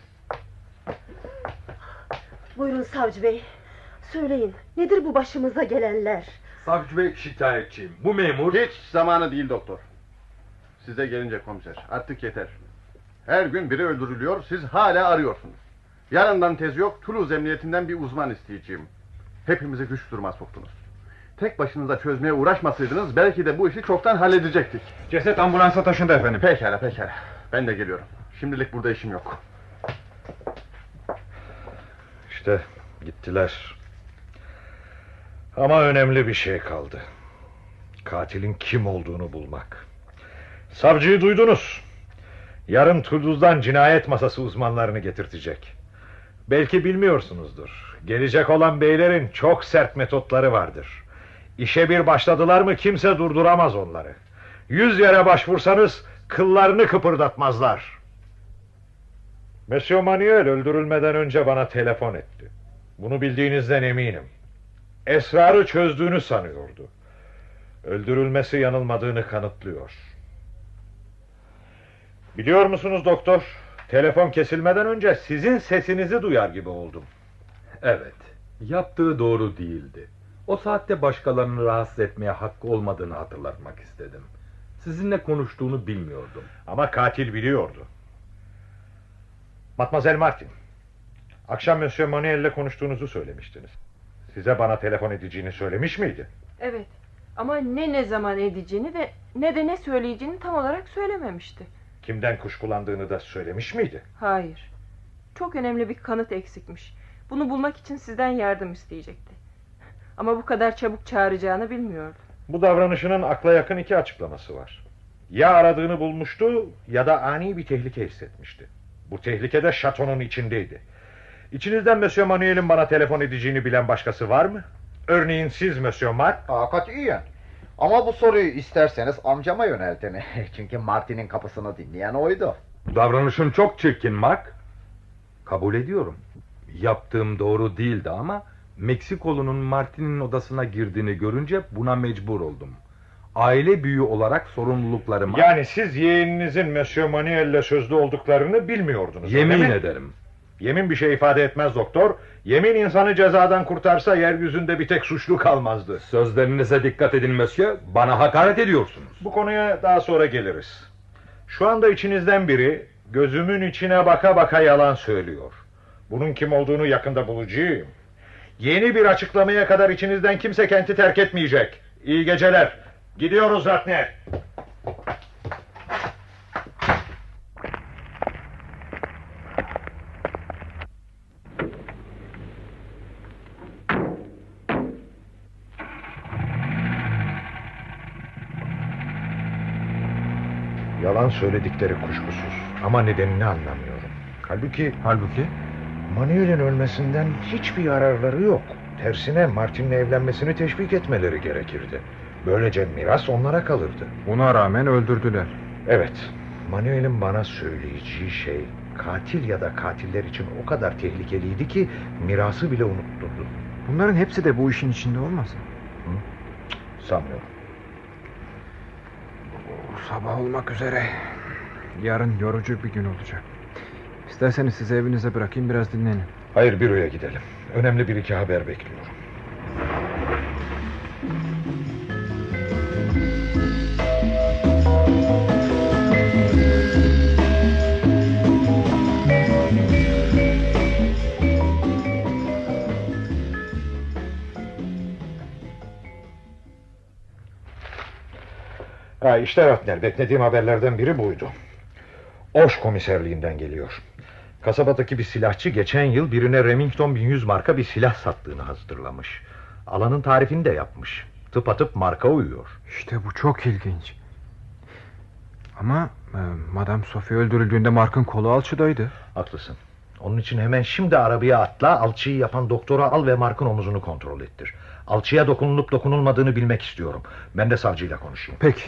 Buyurun savcı bey. Söyleyin, nedir bu başımıza gelenler? Savcı bey, şikayetçiyim. Bu memur... Hiç zamanı değil doktor. Size gelince komiser, artık yeter. Her gün biri öldürülüyor, siz hala arıyorsunuz. Yarından tez yok, Toulouse emniyetinden bir uzman isteyeceğim. Hepimizi güç duruma soktunuz. Tek başınıza çözmeye uğraşmasaydınız belki de bu işi çoktan halledecektik. Ceset ambulansa taşındı efendim. Pekala. Ben de geliyorum. Şimdilik burada işim yok. İşte gittiler. Ama önemli bir şey kaldı. Katilin kim olduğunu bulmak. Savcıyı duydunuz. Yarın Toulouse'dan cinayet masası uzmanlarını getirtecek. Belki bilmiyorsunuzdur. Gelecek olan beylerin çok sert metotları vardır. İşe bir başladılar mı kimse durduramaz onları. 100 yere başvursanız kıllarını kıpırdatmazlar. Monsieur Manuel öldürülmeden önce bana telefon etti. Bunu bildiğinizden eminim. Esrarı çözdüğünü sanıyordu. Öldürülmesi yanılmadığını kanıtlıyor. Biliyor musunuz doktor? Telefon kesilmeden önce sizin sesinizi duyar gibi oldum. Evet, yaptığı doğru değildi. O saatte başkalarını rahatsız etmeye hakkı olmadığını hatırlatmak istedim. Sizinle konuştuğunu bilmiyordum. Ama katil biliyordu. Mademoiselle Martin, akşam Monsieur Manuel ile konuştuğunuzu söylemiştiniz. Size bana telefon edeceğini söylemiş miydi? Evet. Ama ne zaman edeceğini de ne söyleyeceğini tam olarak söylememişti. Kimden kuşkulandığını da söylemiş miydi? Hayır. Çok önemli bir kanıt eksikmiş. Bunu bulmak için sizden yardım isteyecekti. Ama bu kadar çabuk çağıracağını bilmiyordu. Bu davranışının akla yakın iki açıklaması var. Ya aradığını bulmuştu ya da ani bir tehlike hissetmişti. Bu tehlike de şatonun içindeydi. İçinizden Monsieur Manuel'in bana telefon edeceğini bilen başkası var mı? Örneğin siz Monsieur Mark. Katiyen. Ama bu soruyu isterseniz amcama yöneltin. Çünkü Martin'in kapısını dinleyen oydu. Bu davranışın çok çirkin Mark. Kabul ediyorum. Yaptığım doğru değildi ama Meksikolu'nun Martin'in odasına girdiğini görünce buna mecbur oldum. Aile büyüğü olarak sorumluluklarıma... Yani siz yeğeninizin Monsieur Manuel'le sözlü olduklarını bilmiyordunuz. Yemin ederim. Yemin bir şey ifade etmez doktor. Yemin insanı cezadan kurtarsa yeryüzünde bir tek suçlu kalmazdı. Sözlerinize dikkat edin Monsieur. Bana hakaret ediyorsunuz. Bu konuya daha sonra geliriz. Şu anda içinizden biri gözümün içine baka baka yalan söylüyor. Bunun kim olduğunu yakında bulacağım. Yeni bir açıklamaya kadar içinizden kimse kenti terk etmeyecek. İyi geceler. Gidiyoruz Ratner. Yalan söyledikleri kuşkusuz ama nedenini anlamıyorum. Halbuki Manuel'in ölmesinden hiçbir yararları yok. Tersine Martin'le evlenmesini teşvik etmeleri gerekirdi. Böylece miras onlara kalırdı. Buna rağmen öldürdüler. Evet, Manuel'in bana söyleyeceği şey katil ya da katiller için o kadar tehlikeliydi ki mirası bile unutturdu. Bunların hepsi de bu işin içinde olmasın? Sanmıyorum. Sabah olmak üzere. Yarın yorucu bir gün olacak. İsterseniz sizi evinize bırakayım, biraz dinlenin. Hayır, büroya gidelim. Önemli bir iki haber bekliyorum. İşte Ratner, beklediğim haberlerden biri buydu. Oş komiserliğinden geliyor. Kasabadaki bir silahçı geçen yıl birine Remington 1100 marka bir silah sattığını hatırlamış. Alanın tarifini de yapmış. Tıpatıp marka uyuyor. İşte bu çok ilginç. Ama Madame Sophie öldürüldüğünde Mark'ın kolu alçıdaydı. Haklısın. Onun için hemen şimdi arabaya atla, alçıyı yapan doktora al ve Mark'ın omuzunu kontrol ettir. Alçıya dokunulup dokunulmadığını bilmek istiyorum. Ben de savcıyla konuşayım. Peki.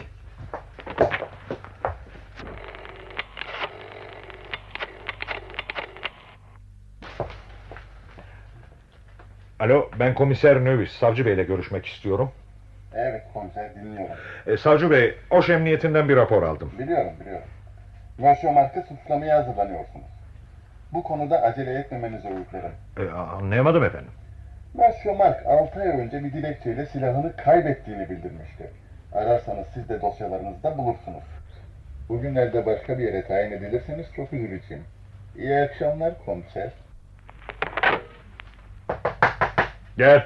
Alo, ben komiser Növis. Savcı beyle görüşmek istiyorum. Evet komiser, dinliyorum. Savcı bey, Oş Emniyetinden bir rapor aldım. Biliyorum. Monsieur Mark'ı suçlamaya hazırlanıyorsunuz. Bu konuda acele etmemenizi öğütlerim. Anlayamadım efendim. Monsieur Mark 6 ay önce bir dilekçeyle silahını kaybettiğini bildirmişti. Ararsanız siz de dosyalarınızda bulursunuz. Bugünlerde başka bir yere tayin edilirseniz çok üzüleceğim. İyi akşamlar komiser. Gel.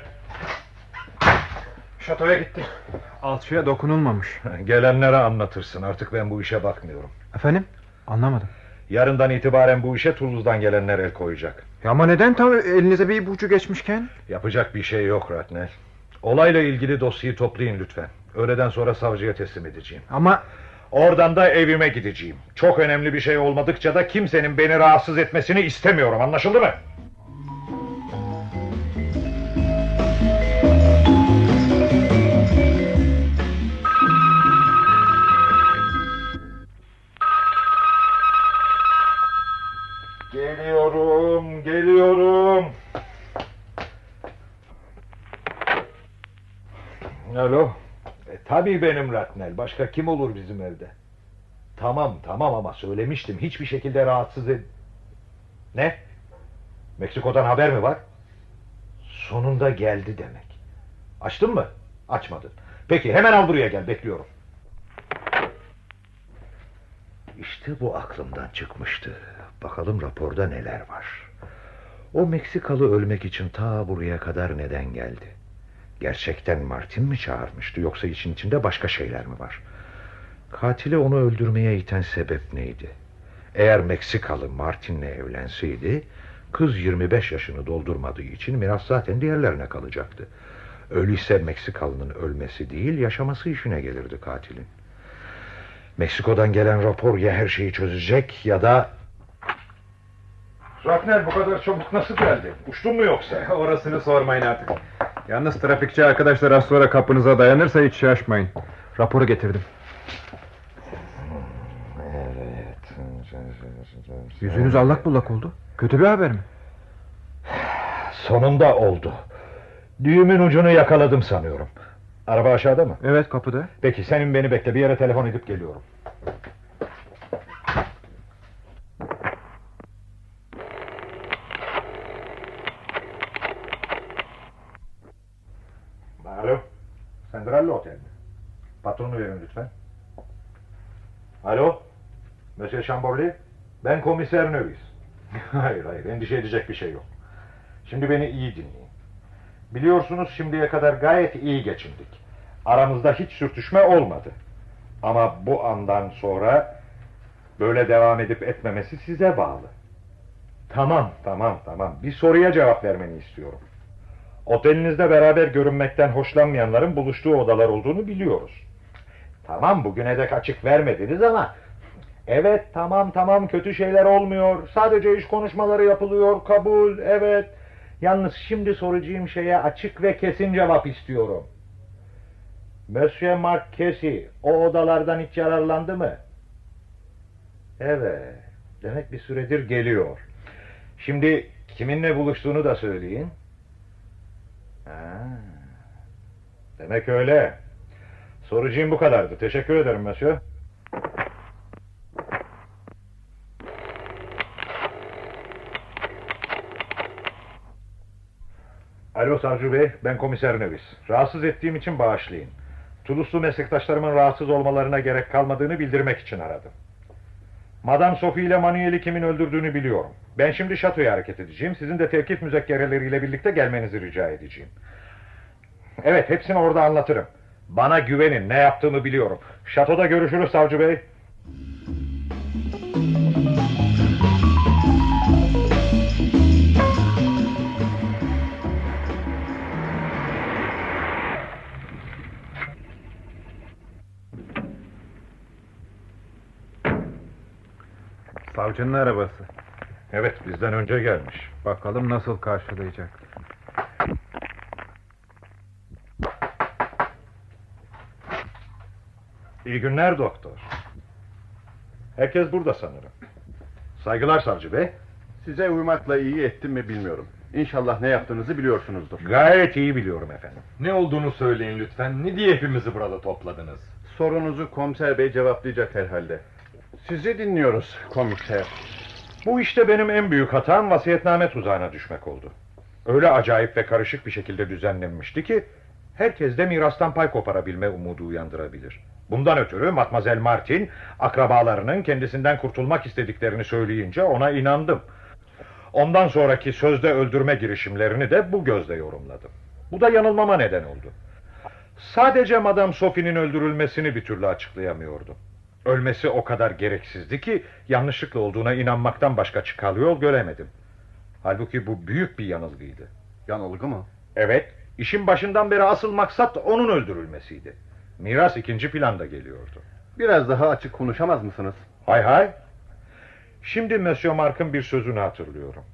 Şatoya gitti. Alçıya dokunulmamış. Gelenlere anlatırsın. Artık ben bu işe bakmıyorum. Efendim? Anlamadım. Yarından itibaren bu işe Toulouse'dan gelenler el koyacak. Ya ama neden tam elinize bir ipucu geçmişken? Yapacak bir şey yok Ratnel. Olayla ilgili dosyayı toplayın lütfen. Öğleden sonra savcıya teslim edeceğim. Ama... Oradan da evime gideceğim. Çok önemli bir şey olmadıkça da kimsenin beni rahatsız etmesini istemiyorum. Anlaşıldı mı? Geliyorum. Alo. Tabii benim Ratnel. Başka kim olur bizim evde? Tamam ama söylemiştim. Hiçbir şekilde rahatsız Ne? Meksiko'dan haber mi var? Sonunda geldi demek. Açtın mı? Açmadın. Peki hemen al buraya gel. Bekliyorum. İşte bu aklımdan çıkmıştı. Bakalım raporda neler var. O Meksikalı ölmek için ta buraya kadar neden geldi? Gerçekten Martin mi çağırmıştı, yoksa işin içinde başka şeyler mi var? Katili onu öldürmeye iten sebep neydi? Eğer Meksikalı Martin'le evlenseydi, kız 25 yaşını doldurmadığı için miras zaten diğerlerine kalacaktı. Öyleyse Meksikalı'nın ölmesi değil, yaşaması işine gelirdi katilin. Meksiko'dan gelen rapor ya her şeyi çözecek ya da... Ratnel, bu kadar çabuk nasıl geldi? Uçtun mu yoksa? Orasını sormayın artık. Yalnız trafikçi arkadaşlar az sonra kapınıza dayanırsa hiç şaşmayın. Raporu getirdim. Evet. Yüzünüz allak bullak oldu. Kötü bir haber mi? Sonunda oldu. Düğümün ucunu yakaladım sanıyorum. Araba aşağıda mı? Evet, kapıda. Peki senin beni bekle, bir yere telefon edip geliyorum. Alo. Central'le otel mi? Patronu verin lütfen. Alo. Monsieur Chamborly. Ben komiser Növis. Hayır, endişe edecek bir şey yok. Şimdi beni iyi dinleyin. Biliyorsunuz şimdiye kadar gayet iyi geçindik. Aramızda hiç sürtüşme olmadı. Ama bu andan sonra böyle devam edip etmemesi size bağlı. Tamam. Bir soruya cevap vermeni istiyorum. Otelinizde beraber görünmekten hoşlanmayanların buluştuğu odalar olduğunu biliyoruz. Tamam, bugüne dek açık vermediniz ama... Evet, tamam, kötü şeyler olmuyor. Sadece iş konuşmaları yapılıyor, kabul, evet. Yalnız şimdi soracağım şeye açık ve kesin cevap istiyorum. Monsieur Mark Casey o odalardan hiç yararlandı mı? Evet, demek bir süredir geliyor. Şimdi kiminle buluştuğunu da söyleyin. Demek öyle. Soracağım bu kadardı. Teşekkür ederim Monsieur. Alo Savcı Bey, ben komiser Növis. Rahatsız ettiğim için bağışlayın. Toulouse'lu meslektaşlarımın rahatsız olmalarına gerek kalmadığını bildirmek için aradım. Madame Sophie ile Manuel'i kimin öldürdüğünü biliyorum. Ben şimdi şatoya hareket edeceğim. Sizin de tevkif müzekkereleriyle birlikte gelmenizi rica edeceğim. Evet, hepsini orada anlatırım. Bana güvenin, ne yaptığımı biliyorum. Şatoda görüşürüz Savcı Bey. Savcının arabası. Evet, bizden önce gelmiş. Bakalım nasıl karşılayacak. İyi günler doktor. Herkes burada sanırım. Saygılar savcı bey. Size uymakla iyi ettim mi bilmiyorum. İnşallah ne yaptığınızı biliyorsunuzdur. Gayet iyi biliyorum efendim. Ne olduğunu söyleyin lütfen. Ne diye hepimizi burada topladınız? Sorunuzu komiser bey cevaplayacak herhalde. Sizi dinliyoruz komiser. Bu işte benim en büyük hatam vasiyetname tuzağına düşmek oldu. Öyle acayip ve karışık bir şekilde düzenlenmişti ki herkes de mirastan pay koparabilme umudu uyandırabilir. Bundan ötürü Matmazel Martin akrabalarının kendisinden kurtulmak istediklerini söyleyince ona inandım. Ondan sonraki sözde öldürme girişimlerini de bu gözle yorumladım. Bu da yanılmama neden oldu. Sadece Madame Sophie'nin öldürülmesini bir türlü açıklayamıyordum. Ölmesi o kadar gereksizdi ki yanlışlıkla olduğuna inanmaktan başka çıkar yol göremedim. Halbuki bu büyük bir yanılgıydı. Yanılgı mı? Evet, işin başından beri asıl maksat onun öldürülmesiydi. Miras ikinci planda geliyordu. Biraz daha açık konuşamaz mısınız? Hay hay. Şimdi Monsieur Mark'ın bir sözünü hatırlıyorum.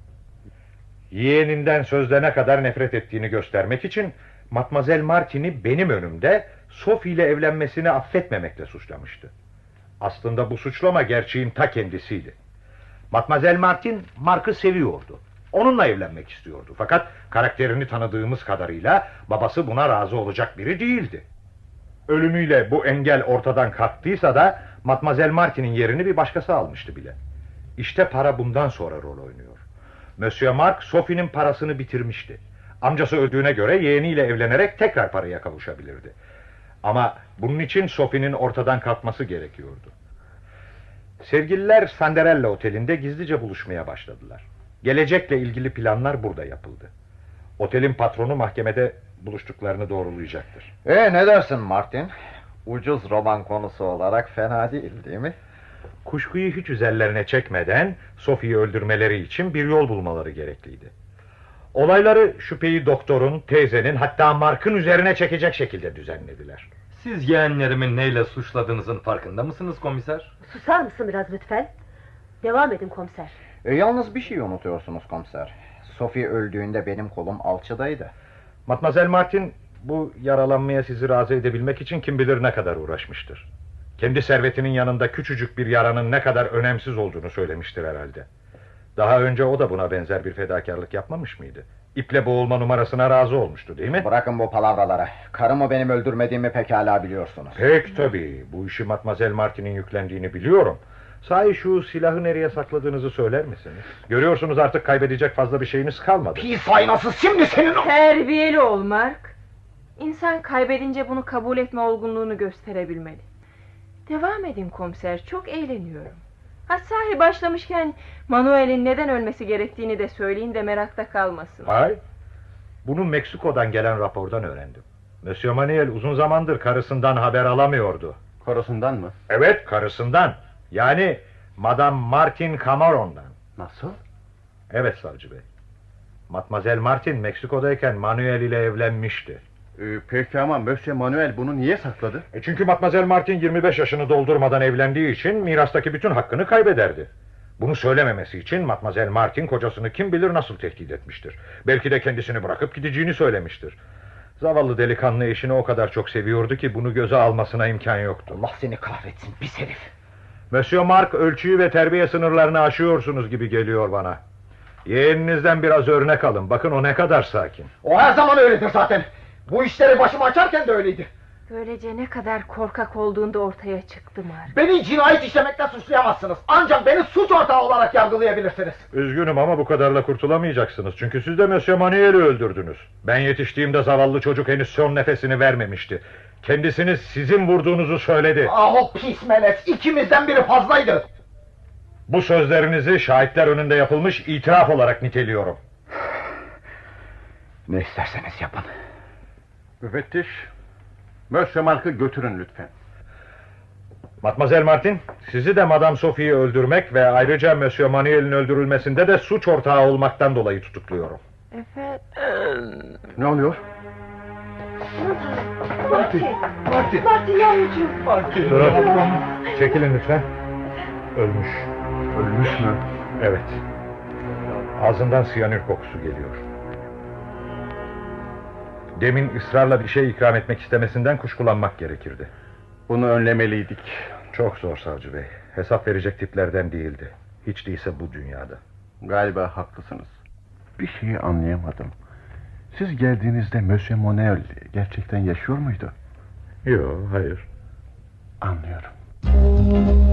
Yeğeninden sözde ne kadar nefret ettiğini göstermek için Matmazel Martin'i benim önümde Sophie ile evlenmesini affetmemekle suçlamıştı. Aslında bu suçlama gerçeğin ta kendisiydi. Matmazel Martin Mark'ı seviyordu. Onunla evlenmek istiyordu. Fakat karakterini tanıdığımız kadarıyla babası buna razı olacak biri değildi. Ölümüyle bu engel ortadan kalktıysa da Matmazel Martin'in yerini bir başkası almıştı bile. İşte para bundan sonra rol oynuyor. Monsieur Mark Sophie'nin parasını bitirmişti. Amcası öldüğüne göre yeğeniyle evlenerek tekrar paraya kavuşabilirdi. Ama bunun için Sophie'nin ortadan kalkması gerekiyordu. Sevgililer Sanderella Oteli'nde gizlice buluşmaya başladılar. Gelecekle ilgili planlar burada yapıldı. Otelin patronu mahkemede buluştuklarını doğrulayacaktır. Ne dersin Martin? Ucuz roman konusu olarak fena değil mi? Kuşkuyu hiç üzerlerine çekmeden Sophie'yi öldürmeleri için bir yol bulmaları gerekliydi. Olayları şüpheyi doktorun, teyzenin, hatta Mark'ın üzerine çekecek şekilde düzenlediler. Siz yeğenlerimin neyle suçladığınızın farkında mısınız komiser? Susar mısın biraz lütfen? Devam edin komiser. Yalnız bir şey unutuyorsunuz komiser. Sophie öldüğünde benim kolum alçıdaydı. Matmazel Martin bu yaralanmaya sizi razı edebilmek için kim bilir ne kadar uğraşmıştır. Kendi servetinin yanında küçücük bir yaranın ne kadar önemsiz olduğunu söylemiştir herhalde. Daha önce o da buna benzer bir fedakarlık yapmamış mıydı? İple boğulma numarasına razı olmuştu değil mi? Bırakın bu palavraları. Karımı benim öldürmediğimi pekala biliyorsunuz. Pek tabii. Bu işi Matmazel Martin'in yüklendiğini biliyorum. Sahi şu silahı nereye sakladığınızı söyler misiniz? Görüyorsunuz artık kaybedecek fazla bir şeyiniz kalmadı. Pis aynasız, şimdi senin... Terbiyeli ol Mark. İnsan kaybedince bunu kabul etme olgunluğunu gösterebilmeli. Devam edin komiser, çok eğleniyorum. Sahi başlamışken Manuel'in neden ölmesi gerektiğini de söyleyin de merakta kalmasın. Hay, bunu Meksiko'dan gelen rapordan öğrendim. Monsieur Manuel uzun zamandır karısından haber alamıyordu. Karısından mı? Evet, karısından. Yani Madame Martin Camaron'dan. Nasıl? Evet savcı bey. Matmazel Martin Meksiko'dayken Manuel ile evlenmişti. Peki ama Monsieur Manuel bunu niye sakladı? Çünkü Matmazel Martin 25 yaşını doldurmadan evlendiği için mirastaki bütün hakkını kaybederdi. Bunu söylememesi için Matmazel Martin kocasını kim bilir nasıl tehdit etmiştir. Belki de kendisini bırakıp gideceğini söylemiştir. Zavallı delikanlı eşini o kadar çok seviyordu ki bunu göze almasına imkan yoktu. Allah seni kahretsin pis herif. Monsieur Mark, ölçüyü ve terbiye sınırlarını aşıyorsunuz gibi geliyor bana. Yeğeninizden biraz örnek alın. Bakın o ne kadar sakin. O her zaman öyledir zaten. Bu işleri başıma açarken de öyleydi. Böylece ne kadar korkak olduğunda ortaya çıktı Mark. Beni cinayet işlemekle suçlayamazsınız. Ancak beni suç ortağı olarak yargılayabilirsiniz. Üzgünüm ama bu kadarla kurtulamayacaksınız. Çünkü siz de Monsieur Manuel'i öldürdünüz. Ben yetiştiğimde zavallı çocuk henüz son nefesini vermemişti. Kendisini sizin vurduğunuzu söyledi. Ah o pis melez, ikimizden biri fazlaydı. Bu sözlerinizi şahitler önünde yapılmış itiraf olarak niteliyorum. Ne isterseniz yapın. Müfettiş, Monsieur Mark'ı götürün lütfen. Matmazel Martin, sizi de Madame Sophie'yi öldürmek ve ayrıca Monsieur Manuel'in öldürülmesinde de suç ortağı olmaktan dolayı tutukluyorum. Efendim... Ne oluyor? Martin yavrucuğum. Durun, çekilin lütfen. Ölmüş. Ölmüş mü? Evet. Ağzından siyanür kokusu geliyor. Demin ısrarla bir şey ikram etmek istemesinden kuşkulanmak gerekirdi. Bunu önlemeliydik. Çok zor savcı bey. Hesap verecek tiplerden değildi. Hiç değilse bu dünyada. Galiba haklısınız. Bir şeyi anlayamadım. Siz geldiğinizde Monsieur Monel gerçekten yaşıyor muydu? Yok, hayır. Anlıyorum.